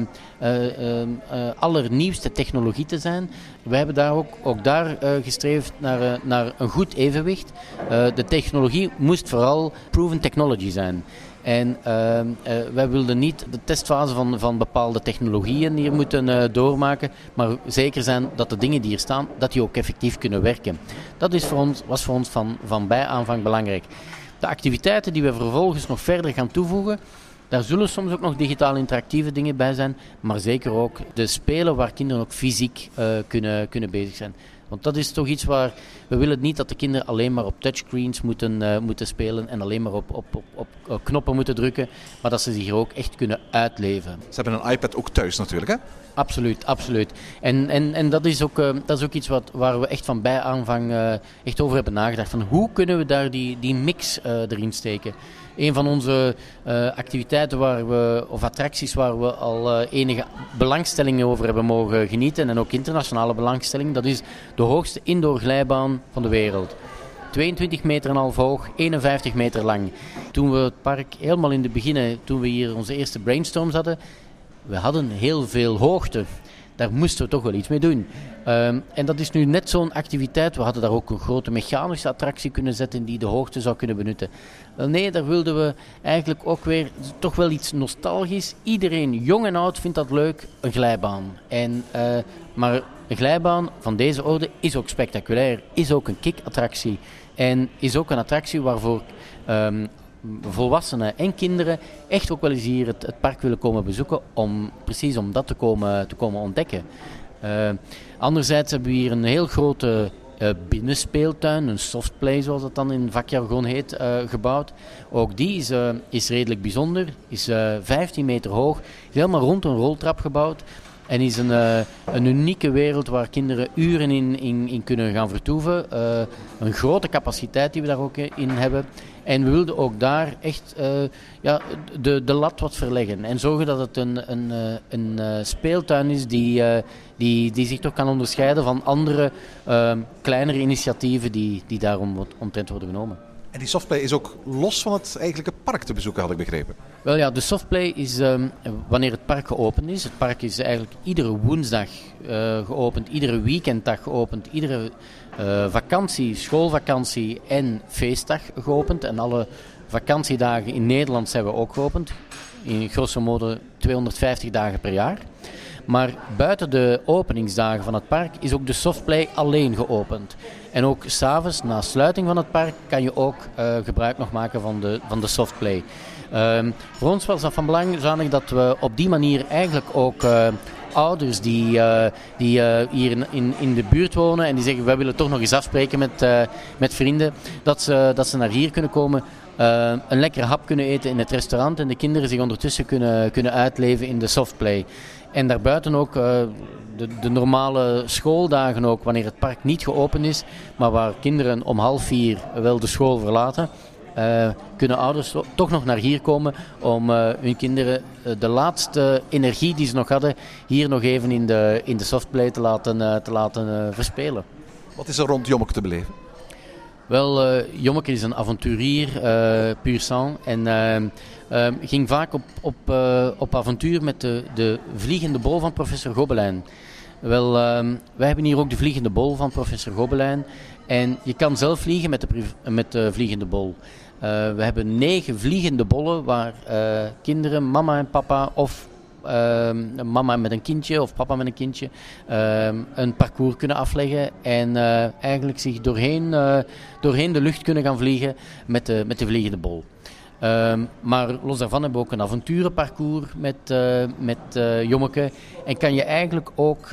allernieuwste technologie te zijn. We hebben daar ook daar gestreefd naar een goed evenwicht. De technologie moest vooral proven technology zijn. En wij wilden niet de testfase van bepaalde technologieën hier moeten doormaken, maar zeker zijn dat de dingen die hier staan, dat die ook effectief kunnen werken. Dat was voor ons van bij aanvang belangrijk. De activiteiten die we vervolgens nog verder gaan toevoegen, daar zullen soms ook nog digitaal interactieve dingen bij zijn, maar zeker ook de spelen waar kinderen ook fysiek kunnen bezig zijn. Want dat is toch iets waar we willen niet dat de kinderen alleen maar op touchscreens moeten spelen en alleen maar op knoppen moeten drukken, maar dat ze zich hier ook echt kunnen uitleven. Ze hebben een iPad ook thuis natuurlijk, hè? Absoluut. En dat is ook iets waar we echt van bij aanvang echt over hebben nagedacht. Van hoe kunnen we daar die mix erin steken? Een van onze activiteiten of attracties waar we al enige belangstellingen over hebben mogen genieten en ook internationale belangstelling, dat is de hoogste indoor glijbaan van de wereld. 22,5 meter hoog, 51 meter lang. Toen we het park helemaal in het begin, toen we hier onze eerste brainstorms hadden, we hadden heel veel hoogte. Daar moesten we toch wel iets mee doen. En dat is nu net zo'n activiteit. We hadden daar ook een grote mechanische attractie kunnen zetten die de hoogte zou kunnen benutten. Wel nee, daar wilden we eigenlijk ook weer toch wel iets nostalgisch. Iedereen, jong en oud, vindt dat leuk, een glijbaan. Maar een glijbaan van deze orde is ook spectaculair, is ook een kick-attractie. En is ook een attractie waarvoor volwassenen en kinderen echt ook wel eens hier het park willen komen bezoeken om dat te komen ontdekken. Anderzijds hebben we hier een heel grote binnenspeeltuin, een softplay zoals dat dan in vakjargon heet, gebouwd. Ook die is redelijk bijzonder, is 15 meter hoog, is helemaal rond een roltrap gebouwd. En is een unieke wereld waar kinderen uren in kunnen gaan vertoeven. Een grote capaciteit die we daar ook in hebben. En we wilden ook daar echt de lat wat verleggen. En zorgen dat het een speeltuin is die zich toch kan onderscheiden van andere kleinere initiatieven die daarom omtrent worden genomen. En die softplay is ook los van het eigenlijke park te bezoeken, had ik begrepen. Wel ja, de softplay is wanneer het park geopend is. Het park is eigenlijk iedere woensdag geopend, iedere weekenddag geopend, iedere vakantie, schoolvakantie en feestdag geopend. En alle vakantiedagen in Nederland zijn we ook geopend. in grosso modo 250 dagen per jaar. Maar buiten de openingsdagen van het park is ook de softplay alleen geopend. En ook 's avonds, na sluiting van het park, kan je ook gebruik nog maken van de softplay. Voor ons was dat van belang zodanig dat we op die manier eigenlijk ook ouders die hier in de buurt wonen en die zeggen wij willen toch nog eens afspreken met vrienden, dat ze naar hier kunnen komen, een lekkere hap kunnen eten in het restaurant en de kinderen zich ondertussen kunnen uitleven in de softplay. En daarbuiten ook de normale schooldagen ook, wanneer het park niet geopend is, maar waar kinderen om 3:30 wel de school verlaten, kunnen ouders toch nog naar hier komen om hun kinderen de laatste energie die ze nog hadden, hier nog even in de softplay te laten verspelen. Wat is er rond Jommeke te beleven? Wel, Jommeke is een avonturier, puur sang. En ging vaak op avontuur met de vliegende bol van professor Gobelijn. Wel, wij hebben hier ook de vliegende bol van professor Gobelijn. En je kan zelf vliegen met de vliegende bol. We hebben 9 vliegende bollen waar kinderen, mama en papa of mama met een kindje of papa met een kindje een parcours kunnen afleggen en eigenlijk zich doorheen de lucht kunnen gaan vliegen met de vliegende bol. Maar los daarvan hebben we ook een avonturenparcours met Jommeke en kan je eigenlijk ook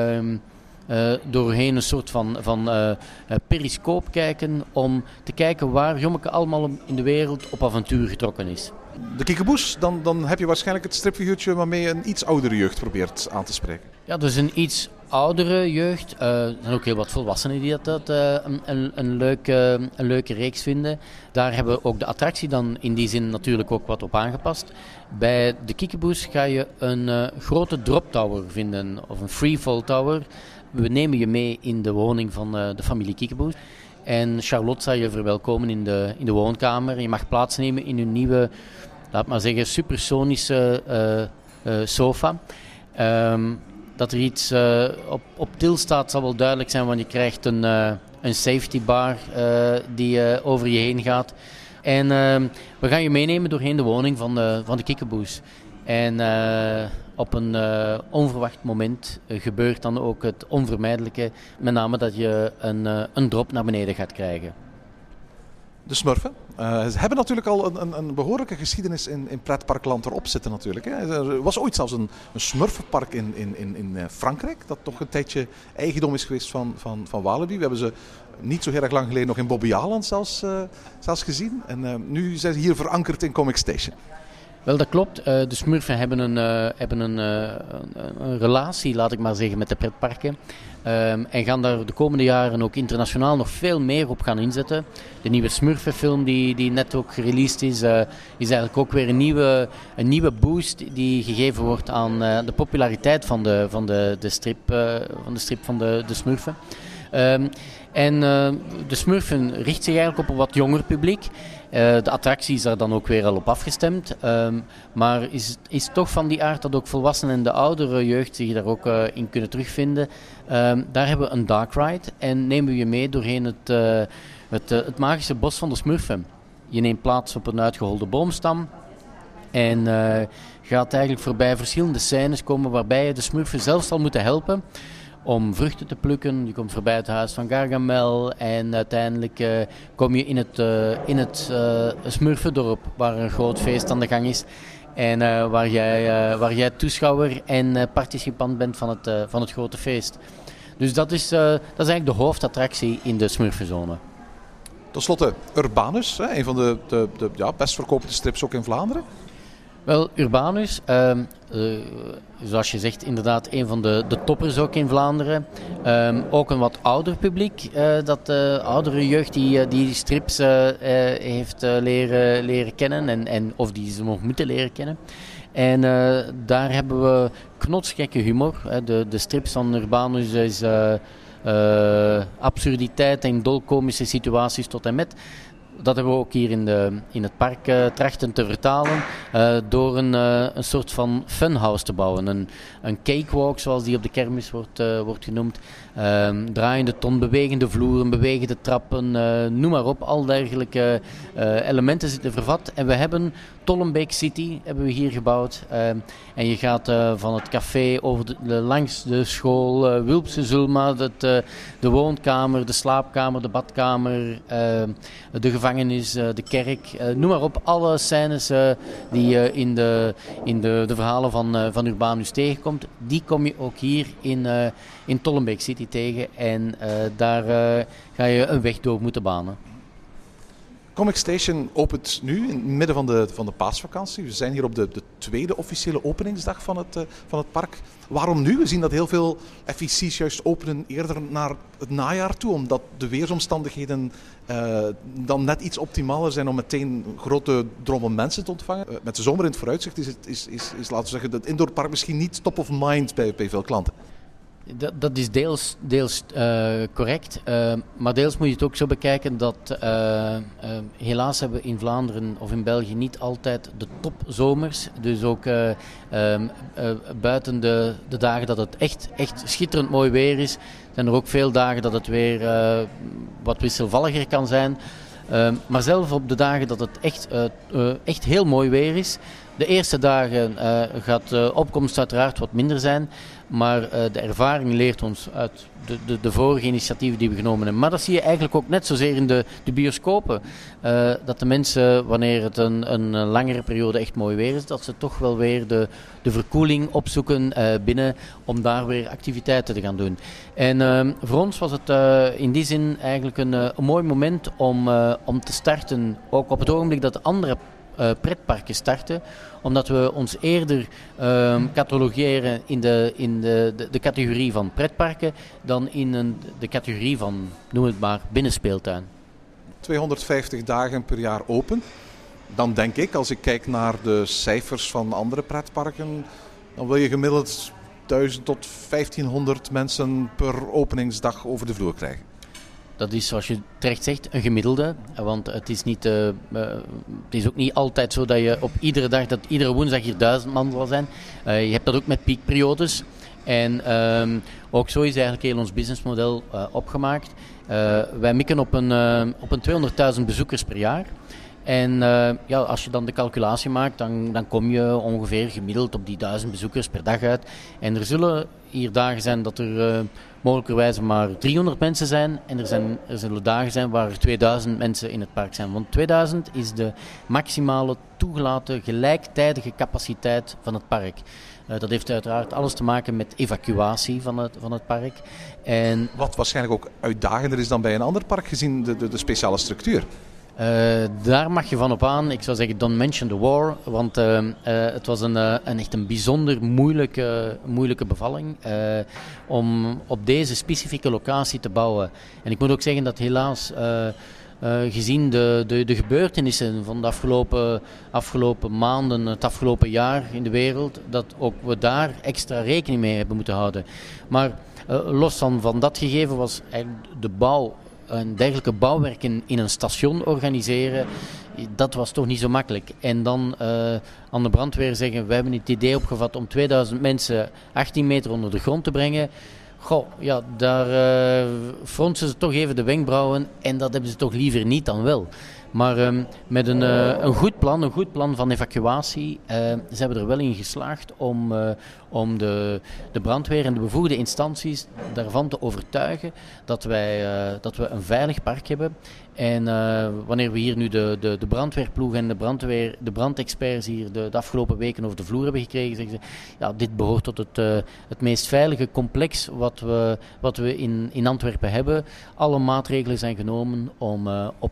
doorheen een soort van periscoop kijken om te kijken waar Jommeke allemaal in de wereld op avontuur getrokken is. De Kiekeboes, dan heb je waarschijnlijk het stripfiguurtje waarmee je een iets oudere jeugd probeert aan te spreken. Ja, dus een iets oudere jeugd. Er zijn ook heel wat volwassenen die dat een leuke reeks vinden. Daar hebben we ook de attractie dan in die zin natuurlijk ook wat op aangepast. Bij de Kiekeboes ga je een grote drop tower vinden, of een freefall tower. We nemen je mee in de woning van de familie Kiekeboes. En Charlotte zal je verwelkomen in de woonkamer. Je mag plaatsnemen in hun nieuwe, laat maar zeggen, supersonische sofa. Dat er iets op til staat zal wel duidelijk zijn, want je krijgt een safety bar die over je heen gaat. En we gaan je meenemen doorheen de woning van de Kiekeboes. En op een onverwacht moment gebeurt dan ook het onvermijdelijke, met name dat je een drop naar beneden gaat krijgen. De Smurfen. Ze hebben natuurlijk al een behoorlijke geschiedenis in pretparkland erop zitten natuurlijk. Hè. Er was ooit zelfs een Smurfenpark in Frankrijk, dat toch een tijdje eigendom is geweest van Walibi. We hebben ze niet zo heel erg lang geleden nog in Bobbejaanland zelfs gezien. En nu zijn ze hier verankerd in Comic Station. Wel, dat klopt. De Smurfen hebben een relatie, laat ik maar zeggen, met de pretparken. En gaan daar de komende jaren ook internationaal nog veel meer op gaan inzetten. De nieuwe Smurfenfilm die net ook gereleased is eigenlijk ook weer een nieuwe boost die gegeven wordt aan de populariteit van de strip van de Smurfen. En de Smurfen richt zich eigenlijk op een wat jonger publiek. De attractie is daar dan ook weer al op afgestemd. Maar is toch van die aard dat ook volwassenen en de oudere jeugd zich daar ook in kunnen terugvinden. Daar hebben we een dark ride en nemen we je mee doorheen het magische bos van de Smurfen. Je neemt plaats op een uitgeholde boomstam. En gaat eigenlijk voorbij verschillende scènes komen waarbij je de Smurfen zelf zal moeten helpen om vruchten te plukken. Je komt voorbij het huis van Gargamel en uiteindelijk kom je in het Smurfendorp waar een groot feest aan de gang is. En waar jij toeschouwer en participant bent van het grote feest. Dus dat is eigenlijk de hoofdattractie in de Smurfenzone. Tot slot Urbanus, een van de best verkopende strips ook in Vlaanderen. Wel, Urbanus, zoals je zegt, inderdaad een van de toppers ook in Vlaanderen. Ook een wat ouder publiek, dat oudere jeugd die strips heeft leren kennen of die ze nog moeten leren kennen. En daar hebben we knotsgekke humor. De strips van Urbanus is absurditeit en dolkomische situaties tot en met. dat hebben we ook hier in het park trachten te vertalen door een soort van funhouse te bouwen. Een cakewalk, zoals die op de kermis wordt genoemd. Draaiende ton, bewegende vloeren, bewegende trappen, noem maar op. Al dergelijke elementen zitten vervat. En we hebben Tollenbeek City hebben we hier gebouwd. En je gaat van het café langs de school, Wulpse Zulma, de woonkamer, de slaapkamer, de badkamer, de gevangenis, de kerk. Noem maar op, alle scènes die je in de verhalen van Urbanus tegenkomt, die kom je ook hier in Tollenbeek City tegen. En daar ga je een weg door moeten banen. Comic Station opent nu in het midden van de paasvakantie. We zijn hier op de tweede officiële openingsdag van het park. Waarom nu? We zien dat heel veel FEC's juist openen eerder naar het najaar toe, omdat de weersomstandigheden dan net iets optimaler zijn om meteen grote drommel mensen te ontvangen. Met de zomer in het vooruitzicht is laten we zeggen, het indoorpark misschien niet top of mind bij veel klanten. Dat is deels correct, maar deels moet je het ook zo bekijken dat helaas hebben we in Vlaanderen of in België niet altijd de topzomers. Dus ook buiten de dagen dat het echt schitterend mooi weer is, zijn er ook veel dagen dat het weer wat wisselvalliger kan zijn. Maar zelfs op de dagen dat het echt heel mooi weer is, de eerste dagen gaat de opkomst uiteraard wat minder zijn. Maar de ervaring leert ons uit de vorige initiatieven die we genomen hebben. Maar dat zie je eigenlijk ook net zozeer in de bioscopen. Dat de mensen, wanneer het een langere periode echt mooi weer is, dat ze toch wel weer de verkoeling opzoeken binnen om daar weer activiteiten te gaan doen. En voor ons was het in die zin eigenlijk een mooi moment om te starten. Ook op het ogenblik dat de andere pretparken starten, omdat we ons eerder catalogeren in de categorie van pretparken dan in de categorie van, noem het maar, binnenspeeltuin. 250 dagen per jaar open. Dan denk ik, als ik kijk naar de cijfers van andere pretparken, dan wil je gemiddeld 1000 tot 1500 mensen per openingsdag over de vloer krijgen. Dat is, zoals je terecht zegt, een gemiddelde. Want het is ook niet altijd zo dat je op iedere dag, dat iedere woensdag hier 1000 man zal zijn. Je hebt dat ook met piekperiodes. En ook zo is eigenlijk heel ons businessmodel opgemaakt. Wij mikken op een 200.000 bezoekers per jaar. En als je dan de calculatie maakt, dan kom je ongeveer gemiddeld op die 1000 bezoekers per dag uit. En er zullen hier dagen zijn dat er mogelijkerwijze maar 300 mensen zijn. En er zullen dagen zijn waar er 2000 mensen in het park zijn. Want 2000 is de maximale toegelaten gelijktijdige capaciteit van het park. Dat heeft uiteraard alles te maken met evacuatie van het park. En wat waarschijnlijk ook uitdagender is dan bij een ander park gezien de speciale structuur. Daar mag je van op aan. Ik zou zeggen, don't mention the war. Want het was echt een bijzonder moeilijke bevalling om op deze specifieke locatie te bouwen. En ik moet ook zeggen dat helaas, gezien de gebeurtenissen van de afgelopen maanden, het afgelopen jaar in de wereld, dat ook we daar extra rekening mee hebben moeten houden. Maar los van dat gegeven was eigenlijk de bouw, een dergelijke bouwwerken in een station organiseren, dat was toch niet zo makkelijk. En dan aan de brandweer zeggen, wij hebben het idee opgevat om 2000 mensen 18 meter onder de grond te brengen. Goh, ja, daar fronsen ze toch even de wenkbrauwen en dat hebben ze toch liever niet dan wel. Maar met een goed plan van evacuatie zijn we er wel in geslaagd om de brandweer en de bevoegde instanties daarvan te overtuigen dat we een veilig park hebben. En wanneer we hier nu de brandweerploeg en de brandexperts hier de afgelopen weken over de vloer hebben gekregen, zeggen ze, ja, dit behoort tot het meest veilige complex wat we in Antwerpen hebben. Alle maatregelen zijn genomen om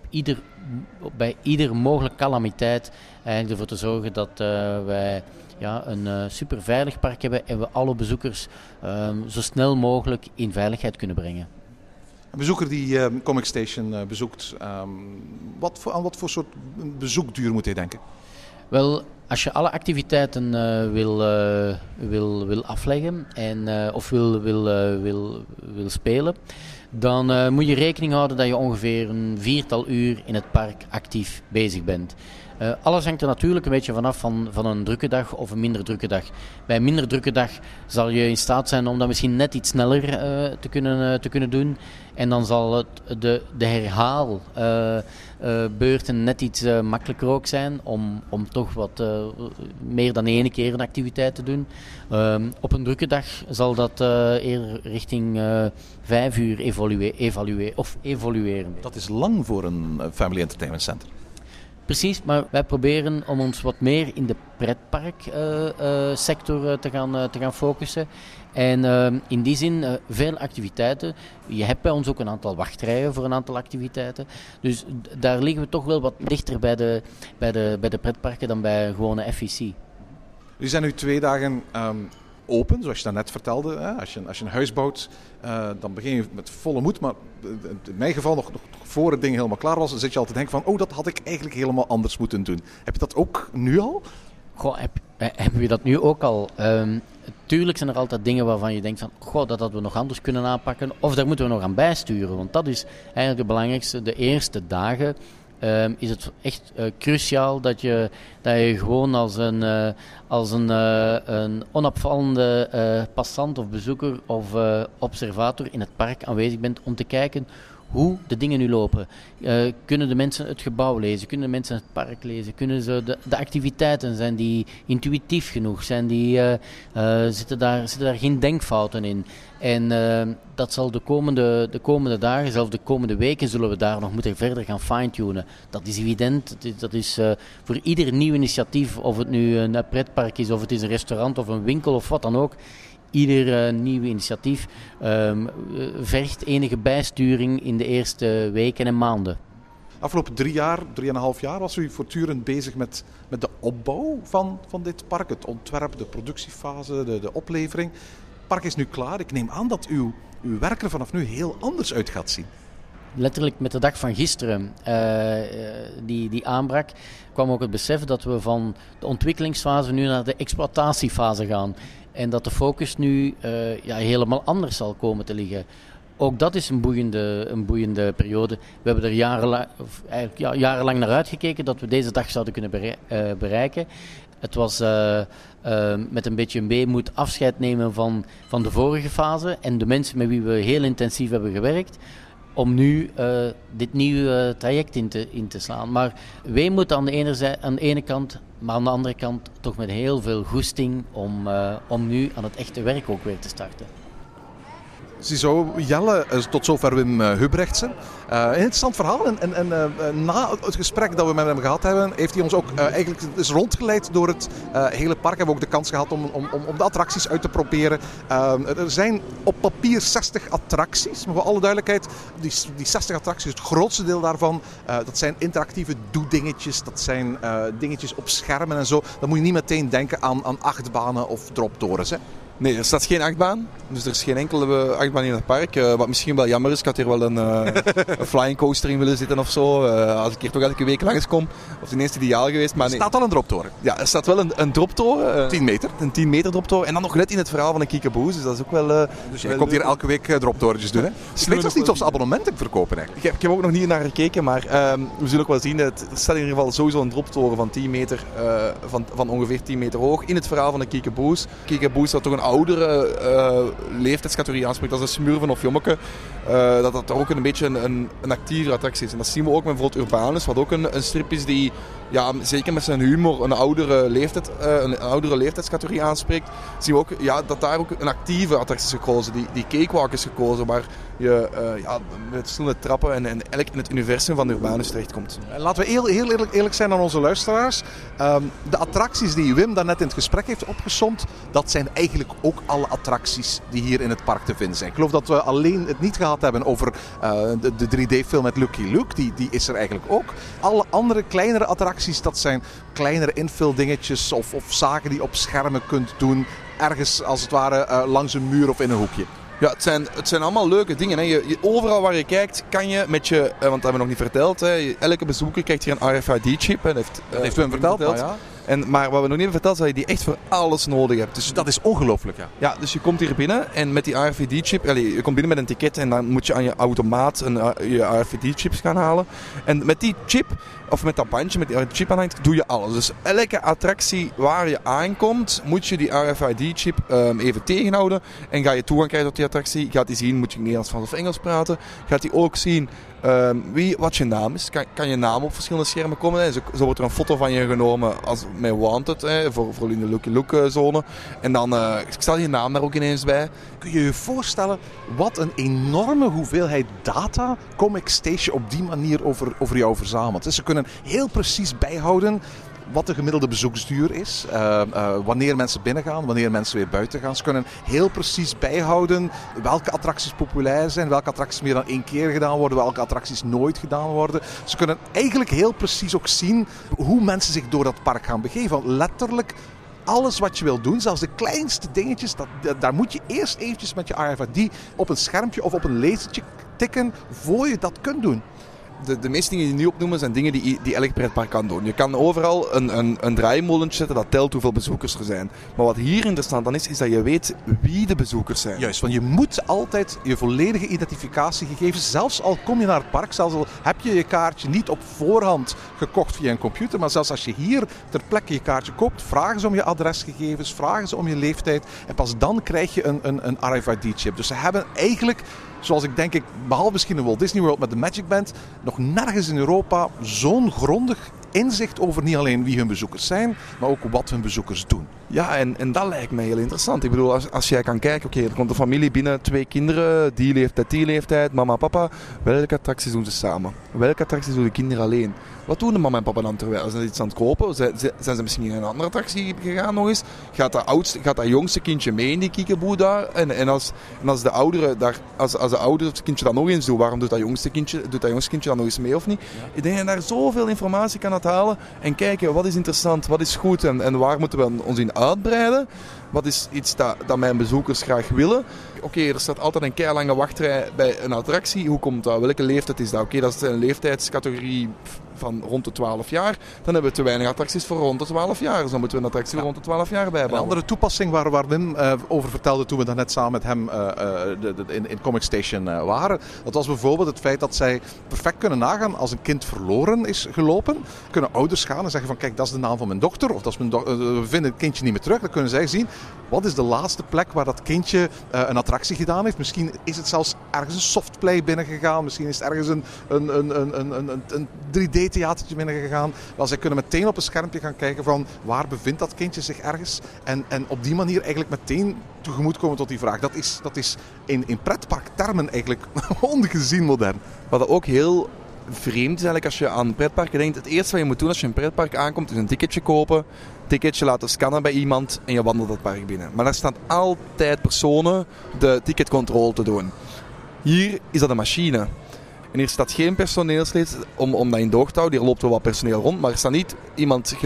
bij ieder mogelijke calamiteit eigenlijk ervoor te zorgen dat wij een super veilig park hebben en we alle bezoekers zo snel mogelijk in veiligheid kunnen brengen. Een bezoeker die Comic Station bezoekt, aan wat voor soort bezoekduur moet hij denken? Wel, Als je alle activiteiten wil afleggen of wil spelen, dan moet je rekening houden dat je ongeveer een 4-tal uur in het park actief bezig bent. Alles hangt er natuurlijk een beetje vanaf van een drukke dag of een minder drukke dag. Bij een minder drukke dag zal je in staat zijn om dat misschien net iets sneller te kunnen doen. En dan zal de herhaalbeurten net iets makkelijker ook zijn om toch wat meer dan 1 keer een activiteit te doen. Op een drukke dag zal dat eerder richting 5 uur evolueren. Dat is lang voor een Family Entertainment Center. Precies, maar wij proberen om ons wat meer in de pretparksector te gaan focussen. En in die zin veel activiteiten. Je hebt bij ons ook een aantal wachtrijen voor een aantal activiteiten. Dus daar liggen we toch wel wat dichter bij de pretparken dan bij gewone FEC. Jullie zijn nu 2 dagen open, zoals je daarnet vertelde. Hè? Als je een huis bouwt, dan begin je met volle moed. Maar in mijn geval, nog voor het ding helemaal klaar was, dan zit je altijd te denken van, dat had ik eigenlijk helemaal anders moeten doen. Heb je dat ook nu al? Goh, hebben we dat nu ook al? Tuurlijk zijn er altijd dingen waarvan je denkt van, dat hadden we nog anders kunnen aanpakken. Of daar moeten we nog aan bijsturen. Want dat is eigenlijk het belangrijkste. De eerste dagen is het echt cruciaal dat je gewoon als een onopvallende passant of bezoeker of observator in het park aanwezig bent om te kijken hoe de dingen nu lopen. Kunnen de mensen het gebouw lezen? Kunnen de mensen het park lezen? Kunnen ze de activiteiten, zijn die intuïtief genoeg? Zitten daar geen denkfouten in? En dat zal de komende dagen, zelfs de komende weken, zullen we daar nog moeten verder gaan fine-tunen. Dat is evident. Dat is voor ieder nieuw initiatief, of het nu een pretpark is, of het is een restaurant of een winkel of wat dan ook. Ieder nieuw initiatief vergt enige bijsturing in de eerste weken en maanden. Afgelopen 3,5 jaar was u voortdurend bezig met de opbouw van dit park. Het ontwerp, de productiefase, de oplevering. Het park is nu klaar. Ik neem aan dat uw werk er vanaf nu heel anders uit gaat zien. Letterlijk met de dag van gisteren die aanbrak, kwam ook het besef dat we van de ontwikkelingsfase nu naar de exploitatiefase gaan. En dat de focus nu helemaal anders zal komen te liggen. Ook dat is een boeiende periode. We hebben er jarenlang naar uitgekeken dat we deze dag zouden kunnen bereiken. Het was met een beetje een weemoed afscheid nemen van de vorige fase en de mensen met wie we heel intensief hebben gewerkt, om nu dit nieuwe traject in te slaan. Maar weemoed aan de ene kant, maar aan de andere kant toch met heel veel goesting om nu aan het echte werk ook weer te starten. Ziezo, Jelle, tot zover Wim Hubrechtsen. Een interessant verhaal. En na het gesprek dat we met hem gehad hebben, heeft hij ons ook eigenlijk eens rondgeleid door het hele park. Hebben we ook de kans gehad om de attracties uit te proberen. Er zijn op papier 60 attracties. Maar voor alle duidelijkheid, die 60 attracties, het grootste deel daarvan, dat zijn interactieve doedingetjes. Dat zijn dingetjes op schermen en zo. Dan moet je niet meteen denken aan achtbanen of droptorens, hè? Nee, er staat geen achtbaan. Dus er is geen enkele achtbaan in het park. Wat misschien wel jammer is, ik had hier wel een flying coaster in willen zitten of zo. Als ik hier toch elke week langskom. Of ten eerste ideaal geweest. Maar nee. Er staat al een droptoren. Ja, er staat wel een droptoren. 10 meter. Een 10 meter droptoren. En dan nog net in het verhaal van een Kiekeboes. Dus dat is ook wel... dus je komt hier elke week droptorentjes doen, hè? Ik weet zelfs niet of ze abonnementen verkopen eigenlijk. Ik heb ook nog niet naar gekeken, maar we zullen ook wel zien. Er staat in ieder geval sowieso een droptoren van 10 meter. Van ongeveer 10 meter hoog. In het verhaal van een Kiekeboes. Kiekeboes dat toch een oudere leeftijdscategorie aanspreekt als een Smurfen of Jommeke. Dat ook een beetje een actieve attractie is. En dat zien we ook met bijvoorbeeld Urbanus, wat ook een strip is die zeker met zijn humor een oudere leeftijdscategorie aanspreekt. Zien we ook dat daar ook een actieve attractie is gekozen. Die Cakewalk is gekozen, waar je met verschillende trappen en eigenlijk in het universum van Urbanus terechtkomt. Laten we heel eerlijk zijn aan onze luisteraars. De attracties die Wim daarnet in het gesprek heeft opgesomd, dat zijn eigenlijk ook alle attracties die hier in het park te vinden zijn. Ik geloof dat we alleen het niet gehad hebben over de 3D-film met Lucky Luke. Die is er eigenlijk ook. Alle andere kleinere attracties, dat zijn kleinere invuldingetjes of zaken die je op schermen kunt doen. Ergens als het ware langs een muur of in een hoekje. Ja, het zijn allemaal leuke dingen. Hè. Overal waar je kijkt kan je met want dat hebben we nog niet verteld. Hè. Elke bezoeker krijgt hier een RFID-chip. Dat heeft Wim verteld. Ja. Maar wat we nog niet hebben verteld is dat je die echt voor alles nodig hebt. Dus Dat is ongelooflijk, ja. ja, dus je komt hier binnen en met die RFID-chip, je komt binnen met een ticket en dan moet je aan je automaat je RFID-chips gaan halen. En met die chip, of met dat bandje, met die chip aanhangt, doe je alles. Dus elke attractie waar je aankomt, moet je die RFID-chip even tegenhouden. En ga je toegang krijgen tot die attractie, gaat die zien, moet je Nederlands, Frans of Engels praten. Gaat die ook zien wat je naam is. Kan je naam op verschillende schermen komen. Hè. Zo wordt er een foto van je genomen met Wanted, voor in de Lucky Luke zone. En dan staat je naam daar ook ineens bij. Kun je je voorstellen wat een enorme hoeveelheid data Comic Station op die manier over jou verzamelt. Dus ze kunnen heel precies bijhouden wat de gemiddelde bezoeksduur is, wanneer mensen binnengaan, wanneer mensen weer buiten gaan. Ze kunnen heel precies bijhouden welke attracties populair zijn, welke attracties meer dan 1 keer gedaan worden, welke attracties nooit gedaan worden. Ze kunnen eigenlijk heel precies ook zien hoe mensen zich door dat park gaan begeven. Want letterlijk alles wat je wil doen, zelfs de kleinste dingetjes, daar moet je eerst eventjes met je RFID op een schermpje of op een lasertje tikken voor je dat kunt doen. De meeste dingen die je nu opnoemen zijn dingen die elk pretpark kan doen. Je kan overal een draaimolentje zetten dat telt hoeveel bezoekers er zijn. Maar wat hier interessant aan is dat je weet wie de bezoekers zijn. Juist, want je moet altijd je volledige identificatiegegevens, zelfs al kom je naar het park, zelfs al heb je je kaartje niet op voorhand gekocht via een computer, maar zelfs als je hier ter plekke je kaartje koopt, vragen ze om je adresgegevens, vragen ze om je leeftijd en pas dan krijg je een RFID-chip. Dus ze hebben eigenlijk, zoals ik behalve misschien in Walt Disney World met de Magic Band, nog nergens in Europa zo'n grondig inzicht over niet alleen wie hun bezoekers zijn, maar ook wat hun bezoekers doen. Ja, en dat lijkt mij heel interessant. Ik bedoel, als jij kan kijken, oké, er komt een familie binnen, 2 kinderen, die leeftijd, mama, papa. Welke attracties doen ze samen? Welke attracties doen de kinderen alleen? Wat doen de mama en papa dan terwijl? Zijn ze iets aan het kopen? Zijn ze misschien in een andere attractie gegaan nog eens? Gaat dat jongste kindje mee in die kiekeboe daar? En als de ouderen daar, als de ouders het kindje dat nog eens doen, waarom doet dat jongste kindje dan nog eens mee of niet? Ja. Ik denk dat je daar zoveel informatie kan uithalen en kijken wat is interessant, wat is goed en waar moeten we ons in uitbreiden. Wat is iets dat mijn bezoekers graag willen? Oké, er staat altijd een keilange wachtrij bij een attractie. Hoe komt dat? Welke leeftijd is dat? Oké, dat is een leeftijdscategorie van rond de 12 jaar. Dan hebben we te weinig attracties voor rond de 12 jaar. Dus dan moeten we een attractie voor rond de 12 jaar bijbouwen. Een andere toepassing waar Wim over vertelde toen we dan net samen met hem in Comic Station waren. Dat was bijvoorbeeld het feit dat zij perfect kunnen nagaan als een kind verloren is gelopen. Kunnen ouders gaan en zeggen van kijk, dat is de naam van mijn dochter. Of dat is we vinden het kindje niet meer terug. Dan kunnen zij zien wat is de laatste plek waar dat kindje een attractie gedaan heeft. Misschien is het zelfs ergens een softplay binnengegaan. Misschien is het ergens een 3D-theatertje binnengegaan. Wel, zij kunnen meteen op een schermpje gaan kijken van waar bevindt dat kindje zich ergens. En op die manier eigenlijk meteen tegemoetkomen tot die vraag. Dat is in pretparktermen eigenlijk ongezien modern. Wat ook heel vreemd is eigenlijk als je aan pretparken denkt. Het eerste wat je moet doen als je een pretpark aankomt is een ticketje kopen. Ticketje laten scannen bij iemand en je wandelt het park binnen. Maar daar staan altijd personen de ticketcontrole te doen. Hier is dat een machine. En hier staat geen personeelslid om dat in de oog te houden. Hier loopt wel wat personeel rond, maar er staat niet iemand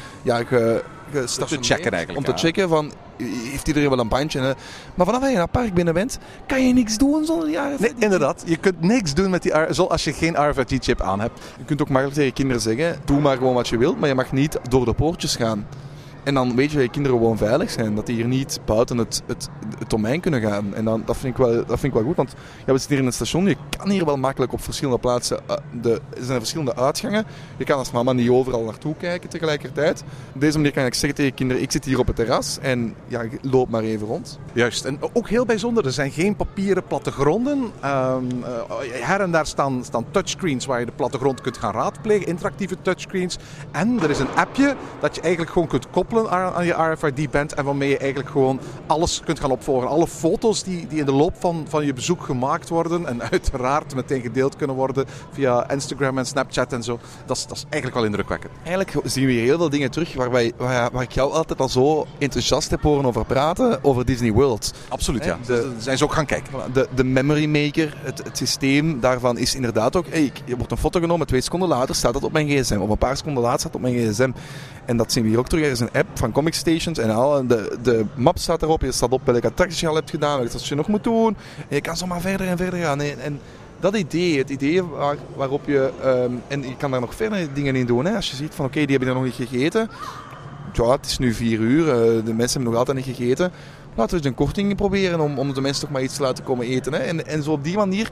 gestationeerd om te checken van heeft iedereen wel een bandje. Maar vanaf dat je naar het park binnen bent, kan je niks doen zonder die RFID. Nee, inderdaad. Je kunt niks doen met als je geen RFID-chip aan hebt. Je kunt ook makkelijk tegen je kinderen zeggen, doe maar gewoon wat je wilt, maar je mag niet door de poortjes gaan. En dan weet je dat je kinderen gewoon veilig zijn. Dat die hier niet buiten het domein kunnen gaan. En dat vind ik wel goed. Want we zitten hier in het station. Je kan hier wel makkelijk op verschillende plaatsen. Er zijn verschillende uitgangen. Je kan als mama niet overal naartoe kijken tegelijkertijd. Op deze manier kan ik zeggen tegen kinderen, ik zit hier op het terras. En ja, loop maar even rond. Juist. En ook heel bijzonder. Er zijn geen papieren plattegronden. Her en daar staan touchscreens waar je de plattegrond kunt gaan raadplegen. Interactieve touchscreens. En er is een appje dat je eigenlijk gewoon kunt koppelen aan je RFID-band en waarmee je eigenlijk gewoon alles kunt gaan opvolgen. Alle foto's die in de loop van je bezoek gemaakt worden en uiteraard meteen gedeeld kunnen worden via Instagram en Snapchat en zo. Dat is eigenlijk wel indrukwekkend. Eigenlijk zien we hier heel veel dingen terug waar ik jou altijd al zo enthousiast heb horen over praten, over Disney World. Absoluut, ja. Zijn ze ook gaan kijken. De memory maker, het systeem daarvan is inderdaad ook, je wordt een foto genomen, 2 seconden later staat dat op mijn gsm. Of een paar seconden later staat het op mijn gsm. En dat zien we hier ook terug. Er is een app van Comic Stations en de map staat erop. Je staat op welke attracties je al hebt gedaan, welke attracties je nog moet doen. En je kan zomaar verder en verder gaan. En dat idee, het idee waarop je... en je kan daar nog verder dingen in doen. Hè. Als je ziet van oké, die hebben er nog niet gegeten. het is nu 4 uur, de mensen hebben nog altijd niet gegeten. Laten we eens een korting proberen om de mensen toch maar iets te laten komen eten. Hè. En zo op die manier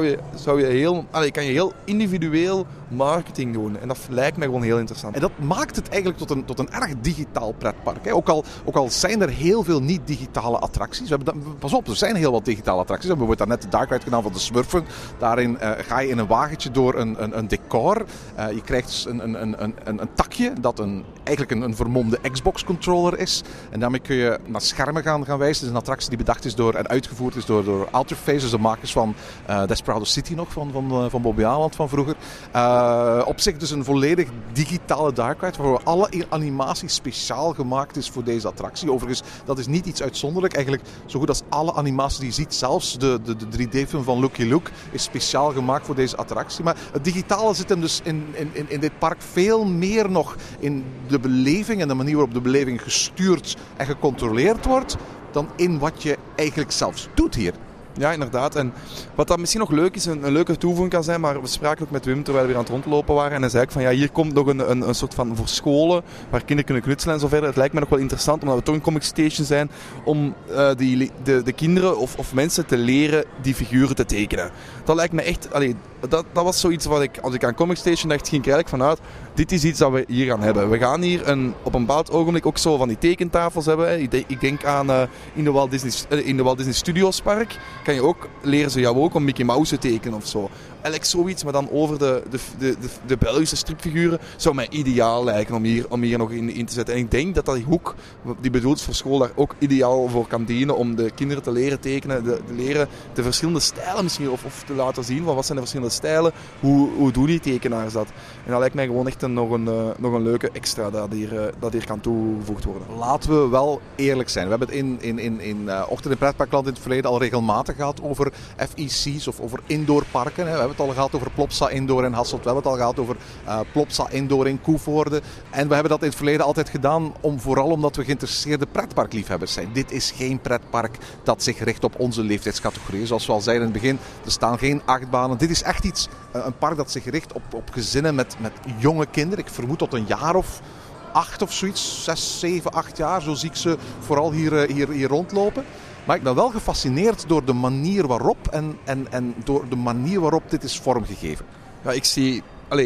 kan je heel individueel marketing doen. En dat lijkt mij gewoon heel interessant. En dat maakt het eigenlijk tot een erg digitaal pretpark. Hè. Ook al zijn er heel veel niet-digitale attracties. Pas op, er zijn heel wat digitale attracties. We hebben daarnet de Dark Ride gedaan van de Smurfen. Daarin ga je in een wagentje door een decor. Je krijgt dus een takje dat eigenlijk een vermomde Xbox-controller is. En daarmee kun je naar schermen gaan wijzen. Het is een attractie die bedacht is en uitgevoerd is door Outerface, dus de makers van Desperado City nog, van Bobby Aland van vroeger. Op zich dus een volledig digitale Dark Ride, waar alle animatie speciaal gemaakt is voor deze attractie. Overigens, dat is niet iets uitzonderlijk. Eigenlijk zo goed als alle animatie die je ziet, zelfs de 3D-film van Lucky Luke, is speciaal gemaakt voor deze attractie. Maar het digitale zit hem dus in dit park veel meer nog in de beleving en de manier waarop de beleving gestuurd en gecontroleerd wordt, dan in wat je eigenlijk zelfs doet hier. Ja, inderdaad. En wat dat misschien nog leuk is, een leuke toevoeging kan zijn, maar we spraken ook met Wim terwijl we weer aan het rondlopen waren. En hij zei ook van, hier komt nog een soort van voor scholen, waar kinderen kunnen knutselen en zo verder. Het lijkt me nog wel interessant, omdat we toch een comic station zijn, om de kinderen of mensen te leren die figuren te tekenen. Dat lijkt me echt, dat was zoiets wat als ik aan Comic Station dacht, ging ik er eigenlijk vanuit, dit is iets dat we hier gaan hebben. We gaan hier op een bepaald ogenblik ook zo van die tekentafels hebben. Hè. Ik denk aan in de Walt Disney Studios Park kan je ook, leren ze jou ook om Mickey Mouse te tekenen of zo. Eigenlijk zoiets, maar dan over de Belgische stripfiguren zou mij ideaal lijken om hier nog in te zetten. En ik denk dat die hoek, die bedoeld is voor school, daar ook ideaal voor kan dienen om de kinderen te leren tekenen, leren de verschillende stijlen misschien, of te laten zien van wat zijn de verschillende stijlen, hoe doen die tekenaars dat. En dat lijkt mij gewoon echt nog een leuke extra dat hier kan toegevoegd worden. Laten we wel eerlijk zijn. We hebben het in Ochtend in Pretparkland in het verleden al regelmatig gehad over FEC's of over indoorparken. We hebben het al gehad over Plopsa Indoor in Hasselt. We hebben het al gehad over Plopsa Indoor in Koevoorde. En we hebben dat in het verleden altijd gedaan vooral omdat we geïnteresseerde pretparkliefhebbers zijn. Dit is geen pretpark dat zich richt op onze leeftijdscategorie. Zoals we al zeiden in het begin, er staan geen achtbanen. Dit is echt een park dat zich richt op gezinnen met jonge kinderen. Ik vermoed tot een jaar of 8 of zoiets. 6, 7, 8 jaar. Zo zie ik ze vooral hier rondlopen. Maar ik ben wel gefascineerd door de manier waarop en door de manier waarop dit is vormgegeven. Ja, ik zie...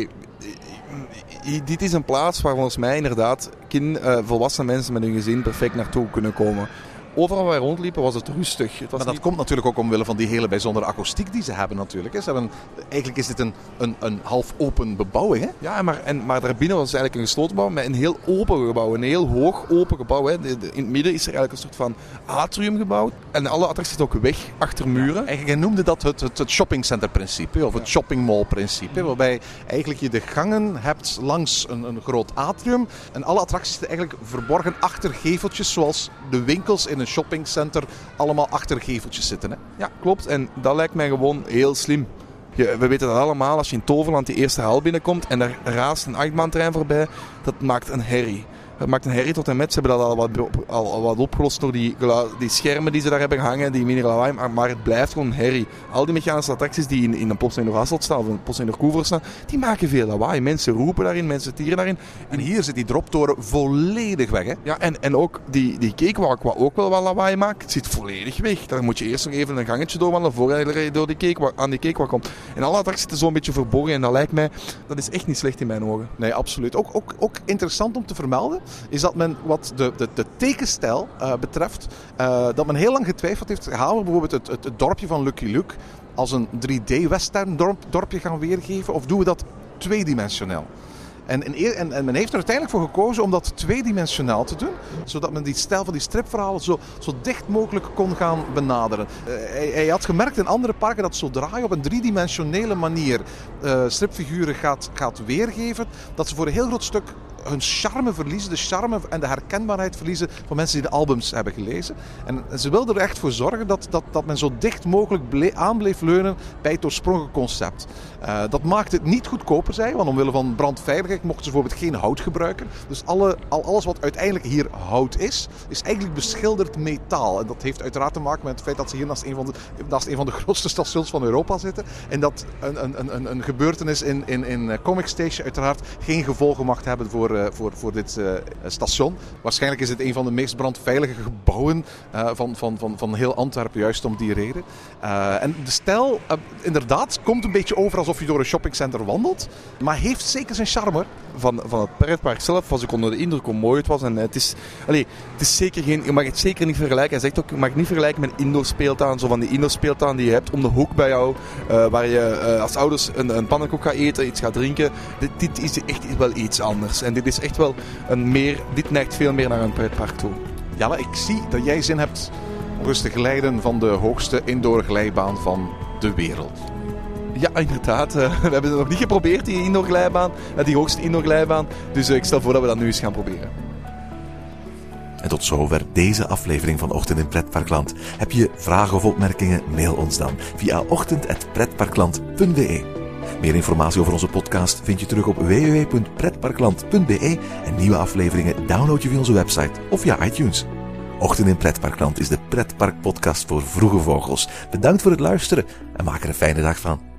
dit is een plaats waar volgens mij inderdaad volwassen mensen met hun gezin perfect naartoe kunnen komen. Overal waar wij rondliepen was het rustig. Maar dat komt natuurlijk ook omwille van die hele bijzondere akoestiek die ze hebben natuurlijk. Eigenlijk is dit een half open bebouwing. Hè? Ja, maar daarbinnen was het eigenlijk een gesloten gebouw met een heel open gebouw. Een heel hoog open gebouw. Hè. In het midden is er eigenlijk een soort van atrium gebouwd. En alle attracties zitten ook weg achter muren. Eigenlijk, je noemde dat het shoppingcenter-principe of het shoppingmall-principe. Waarbij eigenlijk je de gangen hebt langs een groot atrium. En alle attracties zitten eigenlijk verborgen achter geveltjes, zoals de winkels in een shoppingcenter allemaal achter geveltjes zitten. Hè? Ja, klopt. En dat lijkt mij gewoon heel slim. We weten dat allemaal, als je in Toverland die eerste hal binnenkomt en daar raast een achtbaantrein voorbij, dat maakt een herrie. Het maakt een herrie tot en met. Ze hebben dat al wat opgelost door die schermen die ze daar hebben hangen, die minder lawaai, maar het blijft gewoon een herrie. Al die mechanische attracties die in een Plopsa Indoor Hasselt staan of een Plopsa Indoor Koevoorde staan, die maken veel lawaai. Mensen roepen daarin, mensen tieren daarin. En hier zit die droptoren volledig weg. Hè? Ja, en ook die cakewalk, wat ook wel wat lawaai maakt, zit volledig weg. Daar moet je eerst nog even een gangetje doorwandelen voordat je door aan die cakewalk komt. En alle attracties zitten zo'n beetje verborgen en dat lijkt mij, dat is echt niet slecht in mijn ogen. Nee, absoluut. Ook interessant om te vermelden is dat men wat de tekenstijl betreft, dat men heel lang getwijfeld heeft. Gaan we bijvoorbeeld het dorpje van Lucky Luke als een 3D-western dorpje gaan weergeven of doen we dat tweedimensioneel? En men heeft er uiteindelijk voor gekozen om dat tweedimensionaal te doen, zodat men die stijl van die stripverhalen zo dicht mogelijk kon gaan benaderen. Hij had gemerkt in andere parken dat zodra je op een driedimensionele manier stripfiguren gaat weergeven, dat ze voor een heel groot stuk hun charme verliezen, de charme en de herkenbaarheid verliezen van mensen die de albums hebben gelezen. En ze wilden er echt voor zorgen dat men zo dicht mogelijk aan bleef leunen bij het oorspronkelijke concept. Dat maakt het niet goedkoper, zei, want omwille van brandveiligheid mochten ze bijvoorbeeld geen hout gebruiken. Dus alles wat uiteindelijk hier hout is eigenlijk beschilderd metaal. En dat heeft uiteraard te maken met het feit dat ze hier naast een van de grootste stations van Europa zitten. En dat een gebeurtenis in Comic Station uiteraard geen gevolgen mag hebben voor voor dit station. Waarschijnlijk is het een van de meest brandveilige gebouwen van heel Antwerpen, juist om die reden. En de stijl, inderdaad, komt een beetje over alsof je door een shoppingcenter wandelt, maar heeft zeker zijn charme. Van het pretpark zelf was ik onder de indruk hoe mooi het was. En het is zeker geen... Je mag het zeker niet vergelijken. Hij zegt ook, je mag het niet vergelijken met een indoor speeltuin. Zo van die indoor speeltuin die je hebt om de hoek bij jou. Waar je als ouders een pannenkoek gaat eten, iets gaat drinken. Dit is echt wel iets anders. En dit is echt wel dit neigt veel meer naar een pretpark toe. Jelle, ik zie dat jij zin hebt om rustig glijden van de hoogste indoor glijbaan van de wereld. Ja, inderdaad. We hebben het nog niet geprobeerd, die indoor glijbaan. Die hoogste indoor glijbaan. Dus ik stel voor dat we dat nu eens gaan proberen. En tot zover deze aflevering van Ochtend in Pretparkland. Heb je vragen of opmerkingen? Mail ons dan via ochtend@pretparkland.be. Meer informatie over onze podcast vind je terug op www.pretparkland.be en nieuwe afleveringen download je via onze website of via iTunes. Ochtend in Pretparkland is de pretparkpodcast voor vroege vogels. Bedankt voor het luisteren en maak er een fijne dag van.